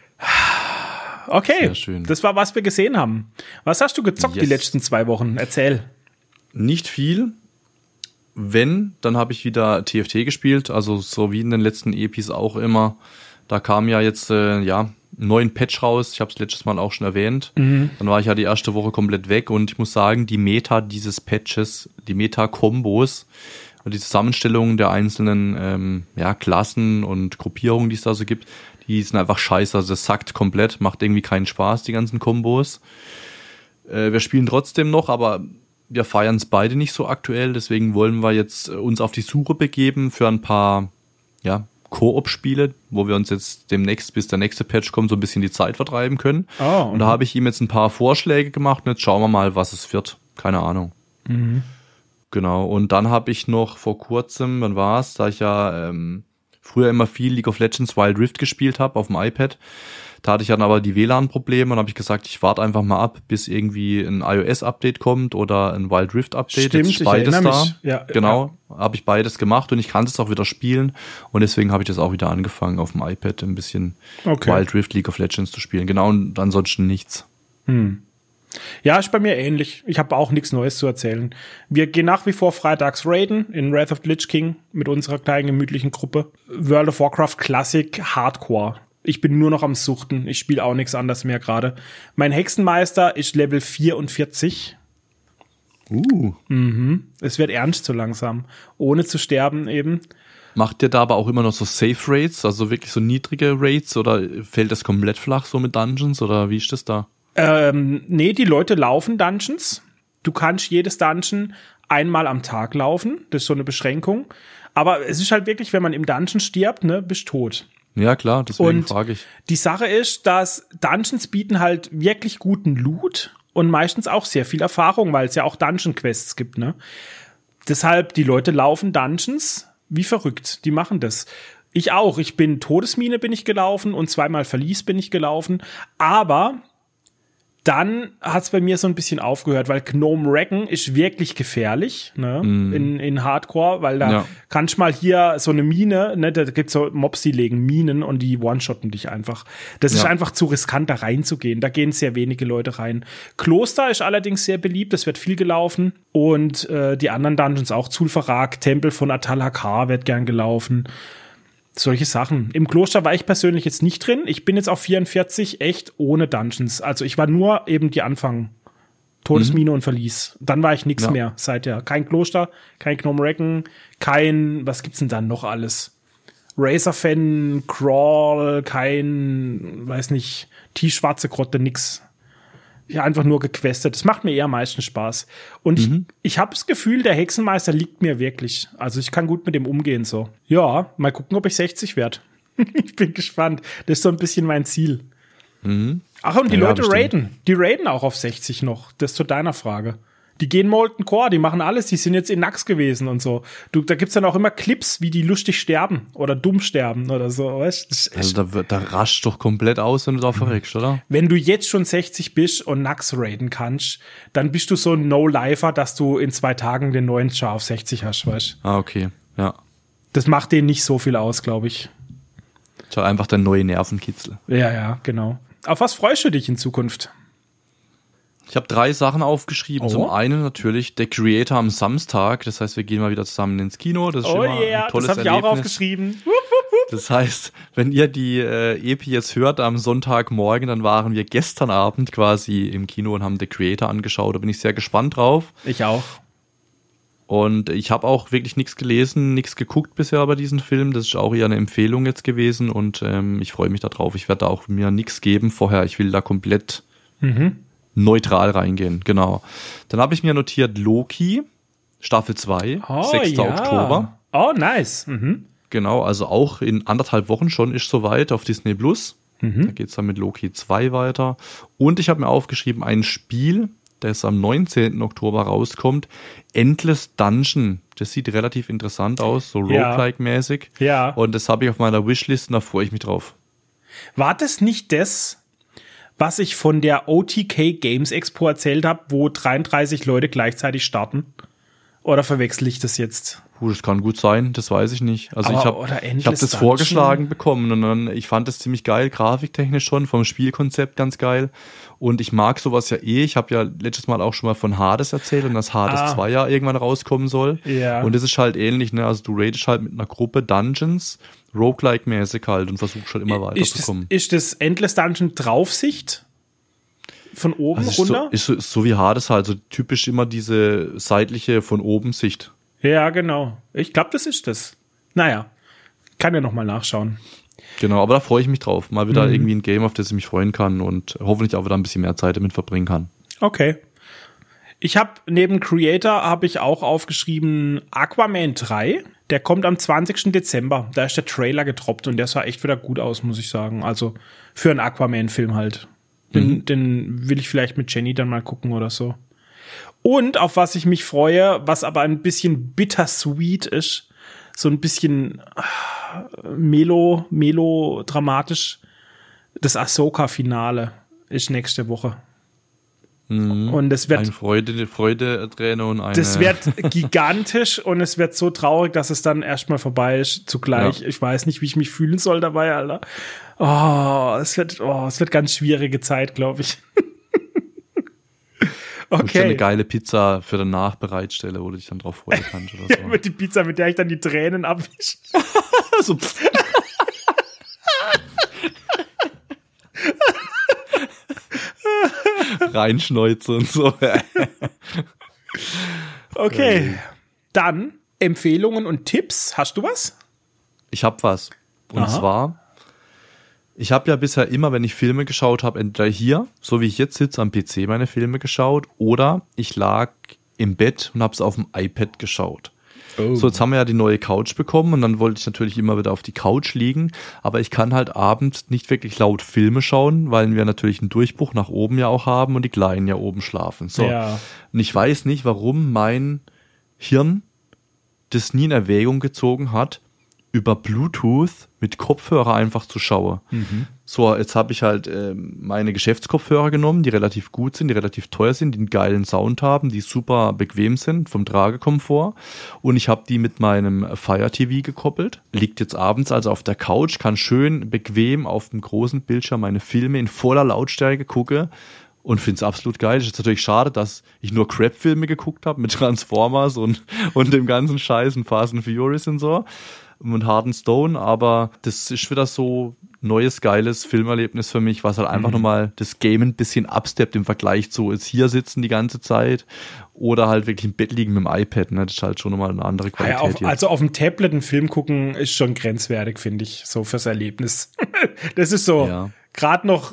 Okay, das war, was wir gesehen haben. Was hast du gezockt die letzten 2 Wochen? Erzähl. Nicht viel. Wenn, dann habe ich wieder TFT gespielt, also so wie in den letzten EPs auch immer. Da kam ja jetzt einen neuen Patch raus, ich habe es letztes Mal auch schon erwähnt. Dann war ich ja die erste Woche komplett weg und ich muss sagen, die Meta dieses Patches, die Meta-Kombos und die Zusammenstellung der einzelnen Klassen und Gruppierungen, die es da so gibt, die sind einfach scheiße, also das sackt komplett, macht irgendwie keinen Spaß, die ganzen Kombos. Wir spielen trotzdem noch, aber wir feiern es beide nicht so aktuell, deswegen wollen wir jetzt uns auf die Suche begeben für ein paar Koop-Spiele, wo wir uns jetzt demnächst, bis der nächste Patch kommt, so ein bisschen die Zeit vertreiben können. Und da habe ich ihm jetzt ein paar Vorschläge gemacht und jetzt schauen wir mal, was es wird. Keine Ahnung. Genau, und dann habe ich noch vor kurzem, wann war es, da ich ja früher immer viel League of Legends Wild Rift gespielt habe auf dem iPad. Da hatte ich dann aber die WLAN-Probleme und habe ich gesagt, ich warte einfach mal ab, bis irgendwie ein iOS-Update kommt oder ein Wild Rift-Update. Stimmt, jetzt ist beides da. Ja, genau, habe ich beides gemacht und ich kann es auch wieder spielen und deswegen habe ich das auch wieder angefangen auf dem iPad ein bisschen Wild Rift League of Legends zu spielen. Genau, und ansonsten nichts. Ja, ist bei mir ähnlich. Ich habe auch nichts Neues zu erzählen. Wir gehen nach wie vor freitags raiden in Wrath of the Lich King mit unserer kleinen gemütlichen Gruppe. World of Warcraft Classic Hardcore. Ich bin nur noch am Suchten. Ich spiele auch nichts anderes mehr gerade. Mein Hexenmeister ist Level 44. Es wird ernst so langsam. Ohne zu sterben eben. Macht ihr da aber auch immer noch so Safe Raids, also wirklich so niedrige Raids oder fällt das komplett flach so mit Dungeons oder wie ist das da? Nee, die Leute laufen Dungeons. Du kannst jedes Dungeon einmal am Tag laufen. Das ist so eine Beschränkung. Aber es ist halt wirklich, wenn man im Dungeon stirbt, ne, bist tot. Ja, klar, deswegen frage ich. Die Sache ist, dass Dungeons bieten halt wirklich guten Loot und meistens auch sehr viel Erfahrung, weil es ja auch Dungeon-Quests gibt, ne? Deshalb, die Leute laufen Dungeons wie verrückt. Die machen das. Ich auch. Ich bin Todesmine bin ich gelaufen und 2-mal Verlies bin ich gelaufen. Aber dann hat's bei mir so ein bisschen aufgehört, weil Gnome Wrecken ist wirklich gefährlich, ne, in Hardcore, weil da kannst du mal hier so eine Mine, ne, da gibt's so Mobs, die legen Minen und die one-shotten dich einfach. Das ist einfach zu riskant, da reinzugehen. Da gehen sehr wenige Leute rein. Kloster ist allerdings sehr beliebt, das wird viel gelaufen und die anderen Dungeons auch. Zul'Farrak, Tempel von Atal Hakar wird gern gelaufen. Solche Sachen. Im Kloster war ich persönlich jetzt nicht drin. Ich bin jetzt auf 44 echt ohne Dungeons. Also ich war nur eben die Anfang. Todesmine und Verlies. Dann war ich nichts mehr seither. Kein Kloster, kein Gnome Wrecken, kein, was gibt's denn dann noch alles? Razorfen, Crawl, kein, weiß nicht, Schwarze Grotte, nix. Ja, einfach nur gequestet. Das macht mir eher am meisten Spaß. Und ich habe das Gefühl, der Hexenmeister liegt mir wirklich. Also ich kann gut mit dem umgehen so. Ja, mal gucken, ob ich 60 werde. Ich bin gespannt. Das ist so ein bisschen mein Ziel. Ach, und die Leute raiden. Die raiden auch auf 60 noch. Das zu deiner Frage. Die gehen Molten Core, die machen alles. Die sind jetzt in Nax gewesen und so. Da gibt's dann auch immer Clips, wie die lustig sterben oder dumm sterben oder so. Weißt? Also da rascht doch komplett aus, wenn du da verreckst, oder? Wenn du jetzt schon 60 bist und Nax raiden kannst, dann bist du so ein No-Lifer, dass du in 2 Tagen den neuen Char auf 60 hast, weißt? Ah, okay, ja. Das macht denen nicht so viel aus, glaube ich. Schau, einfach der neue Nervenkitzel. Ja, genau. Auf was freust du dich in Zukunft? Ich habe 3 Sachen aufgeschrieben. Zum einen natürlich der Creator am Samstag. Das heißt, wir gehen mal wieder zusammen ins Kino. Das ist schon mal ein tolles das habe ich auch aufgeschrieben. Das heißt, wenn ihr die Epi jetzt hört am Sonntagmorgen, dann waren wir gestern Abend quasi im Kino und haben The Creator angeschaut. Da bin ich sehr gespannt drauf. Ich auch. Und ich habe auch wirklich nichts gelesen, nichts geguckt bisher bei diesem Film. Das ist auch eher eine Empfehlung jetzt gewesen und ich freue mich da drauf. Ich werde da auch mir nichts geben vorher. Ich will da komplett neutral reingehen. Genau. Dann habe ich mir notiert Loki, Staffel 2, 6. Oktober. Oh, nice. Genau, also auch in 1,5 Wochen schon ist soweit auf Disney Plus. Da geht's dann mit Loki 2 weiter. Und ich habe mir aufgeschrieben, ein Spiel, das am 19. Oktober rauskommt, Endless Dungeon. Das sieht relativ interessant aus, so Roguelike-mäßig. Ja. Und das habe ich auf meiner Wishlist und da freue ich mich drauf. War das nicht das, was ich von der OTK Games Expo erzählt habe, wo 33 Leute gleichzeitig starten? Oder verwechsel ich das jetzt? Das kann gut sein, das weiß ich nicht. Also ich habe das Dungeon vorgeschlagen bekommen und dann, ich fand das ziemlich geil, grafiktechnisch schon, vom Spielkonzept ganz geil. Und ich mag sowas ja eh. Ich habe ja letztes Mal auch schon mal von Hades erzählt und dass Hades 2 ja irgendwann rauskommen soll. Ja. Und das ist halt ähnlich, ne? Also du raidest halt mit einer Gruppe Dungeons, Roguelike-mäßig halt und versuchst halt immer weiterzukommen. Ist das Endless Dungeon Draufsicht? Von oben runter? Ist so wie Hades halt, so typisch immer diese seitliche von oben Sicht. Ja, genau. Ich glaube, das ist das. Naja, kann ja nochmal nachschauen. Genau, aber da freue ich mich drauf. Mal wieder irgendwie ein Game, auf das ich mich freuen kann und hoffentlich auch wieder ein bisschen mehr Zeit damit verbringen kann. Okay. Ich habe neben Creator habe ich auch aufgeschrieben Aquaman 3. Der kommt am 20. Dezember. Da ist der Trailer getroppt und der sah echt wieder gut aus, muss ich sagen. Also für einen Aquaman-Film halt. Den will ich vielleicht mit Jenny dann mal gucken oder so. Und auf was ich mich freue, was aber ein bisschen bittersweet ist, so ein bisschen melodramatisch, das Ahsoka-Finale ist nächste Woche. Und es wird eine Freude-Träne und eine... Das wird gigantisch und es wird so traurig, dass es dann erstmal vorbei ist. Zugleich, ich weiß nicht, wie ich mich fühlen soll dabei, Alter. Es wird ganz schwierige Zeit, glaube ich. Okay. Eine geile Pizza für danach bereitstelle, wo du dich dann drauf freuen kannst oder so. Ja, mit die Pizza, mit der ich dann die Tränen abwische. So. Reinschneuze und so. Okay, dann Empfehlungen und Tipps. Hast du was? Ich hab was. Und zwar, ich habe ja bisher immer, wenn ich Filme geschaut habe, entweder hier, so wie ich jetzt sitze, am PC meine Filme geschaut, oder ich lag im Bett und habe es auf dem iPad geschaut. Oh. So, jetzt haben wir ja die neue Couch bekommen und dann wollte ich natürlich immer wieder auf die Couch liegen, aber ich kann halt abends nicht wirklich laut Filme schauen, weil wir natürlich einen Durchbruch nach oben ja auch haben und die Kleinen ja oben schlafen. So. Ja. Und ich weiß nicht, warum mein Hirn das nie in Erwägung gezogen hat, über Bluetooth mit Kopfhörer einfach zu schauen. So, jetzt habe ich halt meine Geschäftskopfhörer genommen, die relativ gut sind, die relativ teuer sind, die einen geilen Sound haben, die super bequem sind vom Tragekomfort. Und ich habe die mit meinem Fire TV gekoppelt. Liegt jetzt abends also auf der Couch, kann schön bequem auf dem großen Bildschirm meine Filme in voller Lautstärke gucken. Und finde es absolut geil. Es ist natürlich schade, dass ich nur Crap-Filme geguckt habe mit Transformers und dem ganzen Scheiß und Fast and Furious und so. Und Hard and Stone, aber das ist wieder so neues, geiles Filmerlebnis für mich, was halt einfach nochmal das Game ein bisschen absteppt im Vergleich zu jetzt hier sitzen die ganze Zeit oder halt wirklich im Bett liegen mit dem iPad, ne? Das ist halt schon nochmal eine andere Qualität. Also auf dem Tablet einen Film gucken ist schon grenzwertig, finde ich, so fürs Erlebnis. Das ist so, gerade noch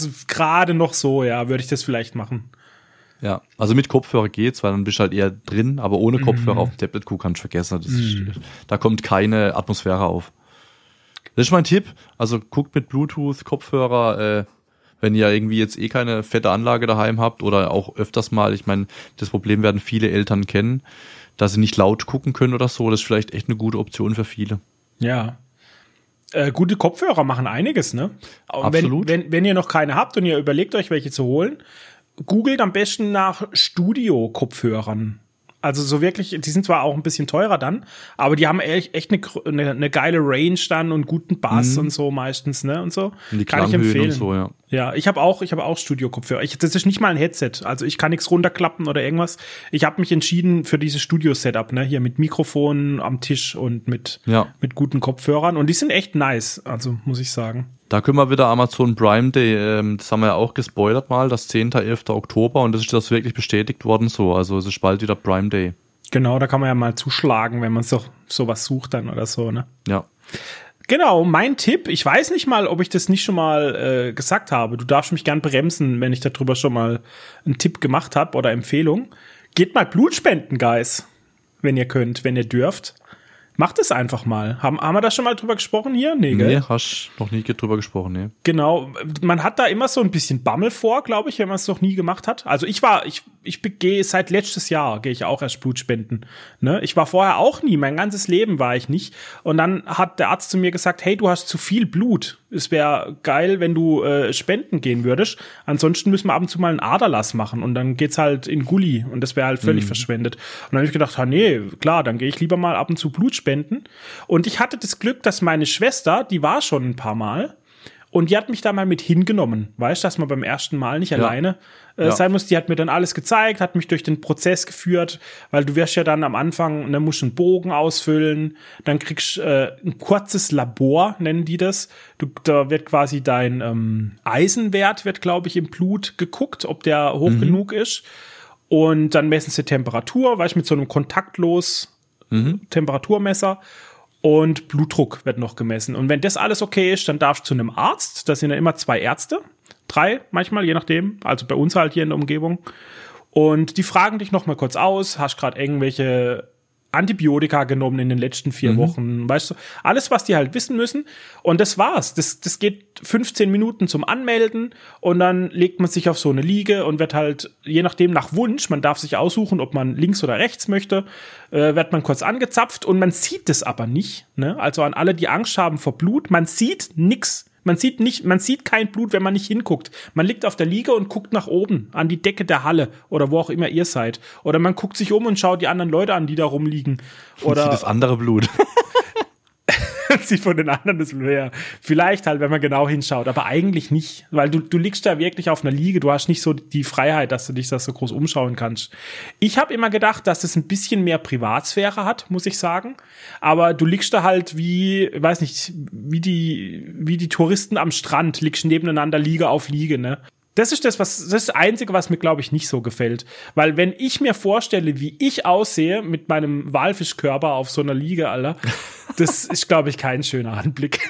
so, ja, würde ich das vielleicht machen. Ja, also mit Kopfhörer geht's, weil dann bist du halt eher drin, aber ohne Kopfhörer auf dem Tablet gucken kannst du vergessen. Da kommt keine Atmosphäre auf. Das ist mein Tipp. Also guckt mit Bluetooth, Kopfhörer, wenn ihr irgendwie jetzt keine fette Anlage daheim habt oder auch öfters mal, ich meine, das Problem werden viele Eltern kennen, dass sie nicht laut gucken können oder so. Das ist vielleicht echt eine gute Option für viele. Ja. Gute Kopfhörer machen einiges, ne? Absolut. Wenn ihr noch keine habt und ihr überlegt euch, welche zu holen, googelt am besten nach Studio-Kopfhörern. Also so wirklich, die sind zwar auch ein bisschen teurer dann, aber die haben echt eine geile Range dann und guten Bass und so meistens, ne, und so. Und die kann ich empfehlen. Und so, ja. Ja, ich habe auch Studio-Kopfhörer. Das ist nicht mal ein Headset, also ich kann nichts runterklappen oder irgendwas. Ich habe mich entschieden für dieses Studio-Setup, ne, hier mit Mikrofonen am Tisch und mit guten Kopfhörern und die sind echt nice, also muss ich sagen. Da können wir wieder Amazon Prime Day, das haben wir ja auch gespoilert mal, das 10. 11. Oktober und das ist das wirklich bestätigt worden so, also es ist bald wieder Prime Day. Genau, da kann man ja mal zuschlagen, wenn man sowas sucht dann oder so, ne? Ja. Genau, mein Tipp, ich weiß nicht mal, ob ich das nicht schon mal gesagt habe. Du darfst mich gern bremsen, wenn ich darüber schon mal einen Tipp gemacht habe oder Empfehlung. Geht mal Blut spenden, Guys, wenn ihr könnt, wenn ihr dürft. Macht es einfach mal. Haben wir da schon mal drüber gesprochen hier? Nee, gell? Nee, hast noch nie drüber gesprochen, nee. Genau, man hat da immer so ein bisschen Bammel vor, glaube ich, wenn man es noch nie gemacht hat. Also ich gehe seit letztes Jahr, gehe ich auch erst Blut spenden. Ne? Ich war vorher auch nie, mein ganzes Leben war ich nicht. Und dann hat der Arzt zu mir gesagt, hey, du hast zu viel Blut. Es wäre geil, wenn du spenden gehen würdest. Ansonsten müssen wir ab und zu mal einen Aderlass machen und dann geht's halt in Gully und das wäre halt völlig verschwendet. Und dann habe ich gedacht, nee, klar, dann gehe ich lieber mal ab und zu Blut spenden. Und ich hatte das Glück, dass meine Schwester, die war schon ein paar Mal und die hat mich da mal mit hingenommen. Weißt du, dass man beim ersten Mal nicht alleine sein muss. Die hat mir dann alles gezeigt, hat mich durch den Prozess geführt, weil du wirst ja dann am Anfang, musst einen Bogen ausfüllen, dann kriegst ein kurzes Labor, nennen die das. Da wird quasi dein Eisenwert, wird glaube ich im Blut geguckt, ob der hoch genug ist. Und dann messen sie Temperatur, weißt du, mit so einem kontaktlos Temperaturmesser. Und Blutdruck wird noch gemessen. Und wenn das alles okay ist, dann darfst du zu einem Arzt. Das sind ja immer 2 Ärzte. 3 manchmal, je nachdem. Also bei uns halt hier in der Umgebung. Und die fragen dich noch mal kurz aus. Hast gerade irgendwelche Antibiotika genommen in den letzten 4 Wochen? Weißt du, alles, was die halt wissen müssen. Und das war's. Das geht 15 Minuten zum Anmelden. Und dann legt man sich auf so eine Liege und wird halt, je nachdem nach Wunsch, man darf sich aussuchen, ob man links oder rechts möchte, wird man kurz angezapft. Und man sieht das aber nicht. Ne? Also an alle, die Angst haben vor Blut, man sieht nix. Man sieht kein Blut, wenn man nicht hinguckt. Man liegt auf der Liege und guckt nach oben, an die Decke der Halle oder wo auch immer ihr seid. Oder man guckt sich um und schaut die anderen Leute an, die da rumliegen. Oder sieht das andere Blut. sieht von den anderen das Blut her. Vielleicht halt, wenn man genau hinschaut, aber eigentlich nicht. Weil du liegst da wirklich auf einer Liege, du hast nicht so die Freiheit, dass du dich da so groß umschauen kannst. Ich habe immer gedacht, dass es ein bisschen mehr Privatsphäre hat, muss ich sagen. Aber du liegst da halt wie die Touristen am Strand, liegst nebeneinander Liege auf Liege, ne? Das ist das Einzige, was mir, glaube ich, nicht so gefällt. Weil wenn ich mir vorstelle, wie ich aussehe mit meinem Walfischkörper auf so einer Liege, Alter, das ist, glaube ich, kein schöner Anblick.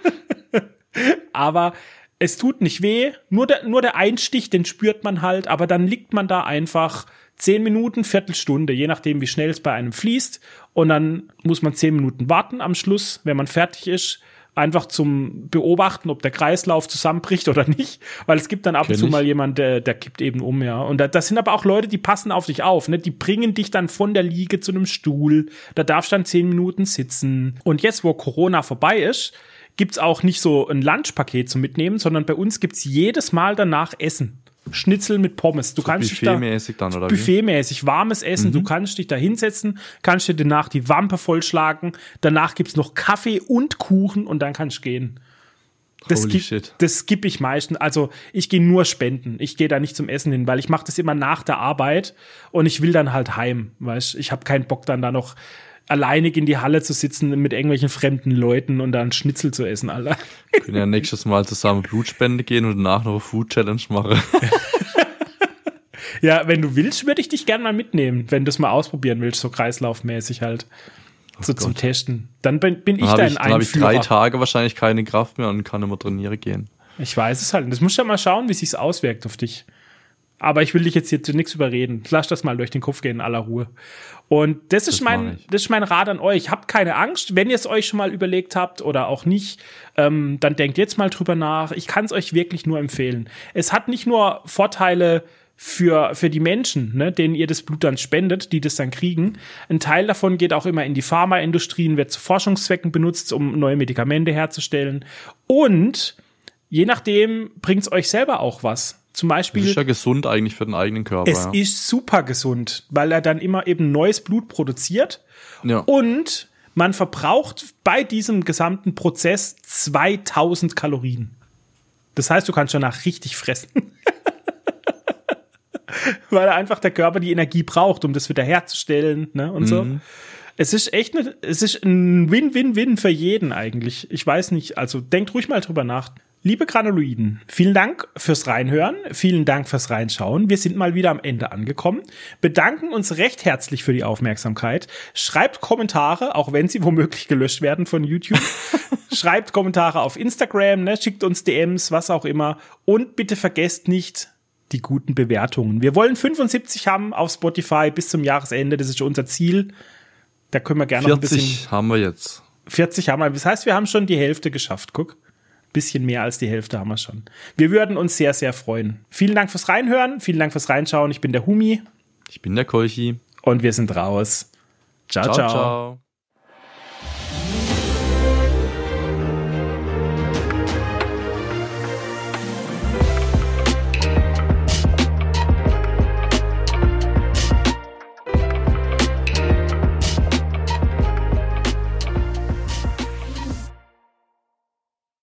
Aber es tut nicht weh. Nur der Einstich, den spürt man halt. Aber dann liegt man da einfach 10 Minuten, Viertelstunde, je nachdem, wie schnell es bei einem fließt. Und dann muss man 10 Minuten warten am Schluss, wenn man fertig ist. Einfach zum Beobachten, ob der Kreislauf zusammenbricht oder nicht, weil es gibt dann ab und zu mal jemand, der kippt eben um, ja. Und das sind aber auch Leute, die passen auf dich auf, ne? Die bringen dich dann von der Liege zu einem Stuhl, da darfst du dann 10 Minuten sitzen. Und jetzt, wo Corona vorbei ist, gibt's auch nicht so ein Lunchpaket zum Mitnehmen, sondern bei uns gibt's jedes Mal danach Essen. Schnitzel mit Pommes. Du so kannst buffetmäßig dann, oder buffetmäßig, warmes Essen. Du kannst dich da hinsetzen, kannst dir danach die Wampe vollschlagen. Danach gibt's noch Kaffee und Kuchen und dann kannst du gehen. Das skippe ich meistens. Also ich gehe nur spenden. Ich gehe da nicht zum Essen hin, weil ich mache das immer nach der Arbeit und ich will dann halt heim. Weißt? Ich habe keinen Bock dann da noch alleinig in die Halle zu sitzen mit irgendwelchen fremden Leuten und dann Schnitzel zu essen, Alter. Wir können ja nächstes Mal zusammen Blutspende gehen und danach noch eine Food Challenge machen. Ja, wenn du willst, würde ich dich gerne mal mitnehmen, wenn du es mal ausprobieren willst, so kreislaufmäßig halt. So zum Testen. Dann bin ich dein Einführer. Dann habe ich 3 Tage wahrscheinlich keine Kraft mehr und kann immer trainieren gehen. Ich weiß es halt. Das musst du ja mal schauen, wie sich's auswirkt auf dich. Aber ich will dich jetzt hier zu nichts überreden. Lass das mal durch den Kopf gehen in aller Ruhe. Und das ist mein Rat an euch. Habt keine Angst, wenn ihr es euch schon mal überlegt habt oder auch nicht, dann denkt jetzt mal drüber nach. Ich kann es euch wirklich nur empfehlen. Es hat nicht nur Vorteile für die Menschen, ne, denen ihr das Blut dann spendet, die das dann kriegen. Ein Teil davon geht auch immer in die Pharmaindustrie und wird zu Forschungszwecken benutzt, um neue Medikamente herzustellen. Und je nachdem bringt es euch selber auch was. Zum Beispiel. Das ist ja gesund eigentlich für den eigenen Körper. Es ist super gesund, weil er dann immer eben neues Blut produziert. Ja. Und man verbraucht bei diesem gesamten Prozess 2000 Kalorien. Das heißt, du kannst danach richtig fressen. Weil einfach der Körper die Energie braucht, um das wieder herzustellen, ne, und so. Es ist echt es ist ein Win-Win-Win für jeden eigentlich. Ich weiß nicht, also denkt ruhig mal drüber nach. Liebe Granuloiden, vielen Dank fürs Reinhören, vielen Dank fürs Reinschauen. Wir sind mal wieder am Ende angekommen, bedanken uns recht herzlich für die Aufmerksamkeit. Schreibt Kommentare, auch wenn sie womöglich gelöscht werden von YouTube. Schreibt Kommentare auf Instagram, ne? Schickt uns DMs, was auch immer. Und bitte vergesst nicht die guten Bewertungen. Wir wollen 75 haben auf Spotify bis zum Jahresende, das ist unser Ziel. Da können wir gerne noch ein bisschen... 40 haben wir jetzt. 40 haben wir, das heißt, wir haben schon die Hälfte geschafft, guck. Bisschen mehr als die Hälfte haben wir schon. Wir würden uns sehr, sehr freuen. Vielen Dank fürs Reinhören, vielen Dank fürs Reinschauen. Ich bin der Humi. Ich bin der Kolchi. Und wir sind raus. Ciao, ciao. Ciao.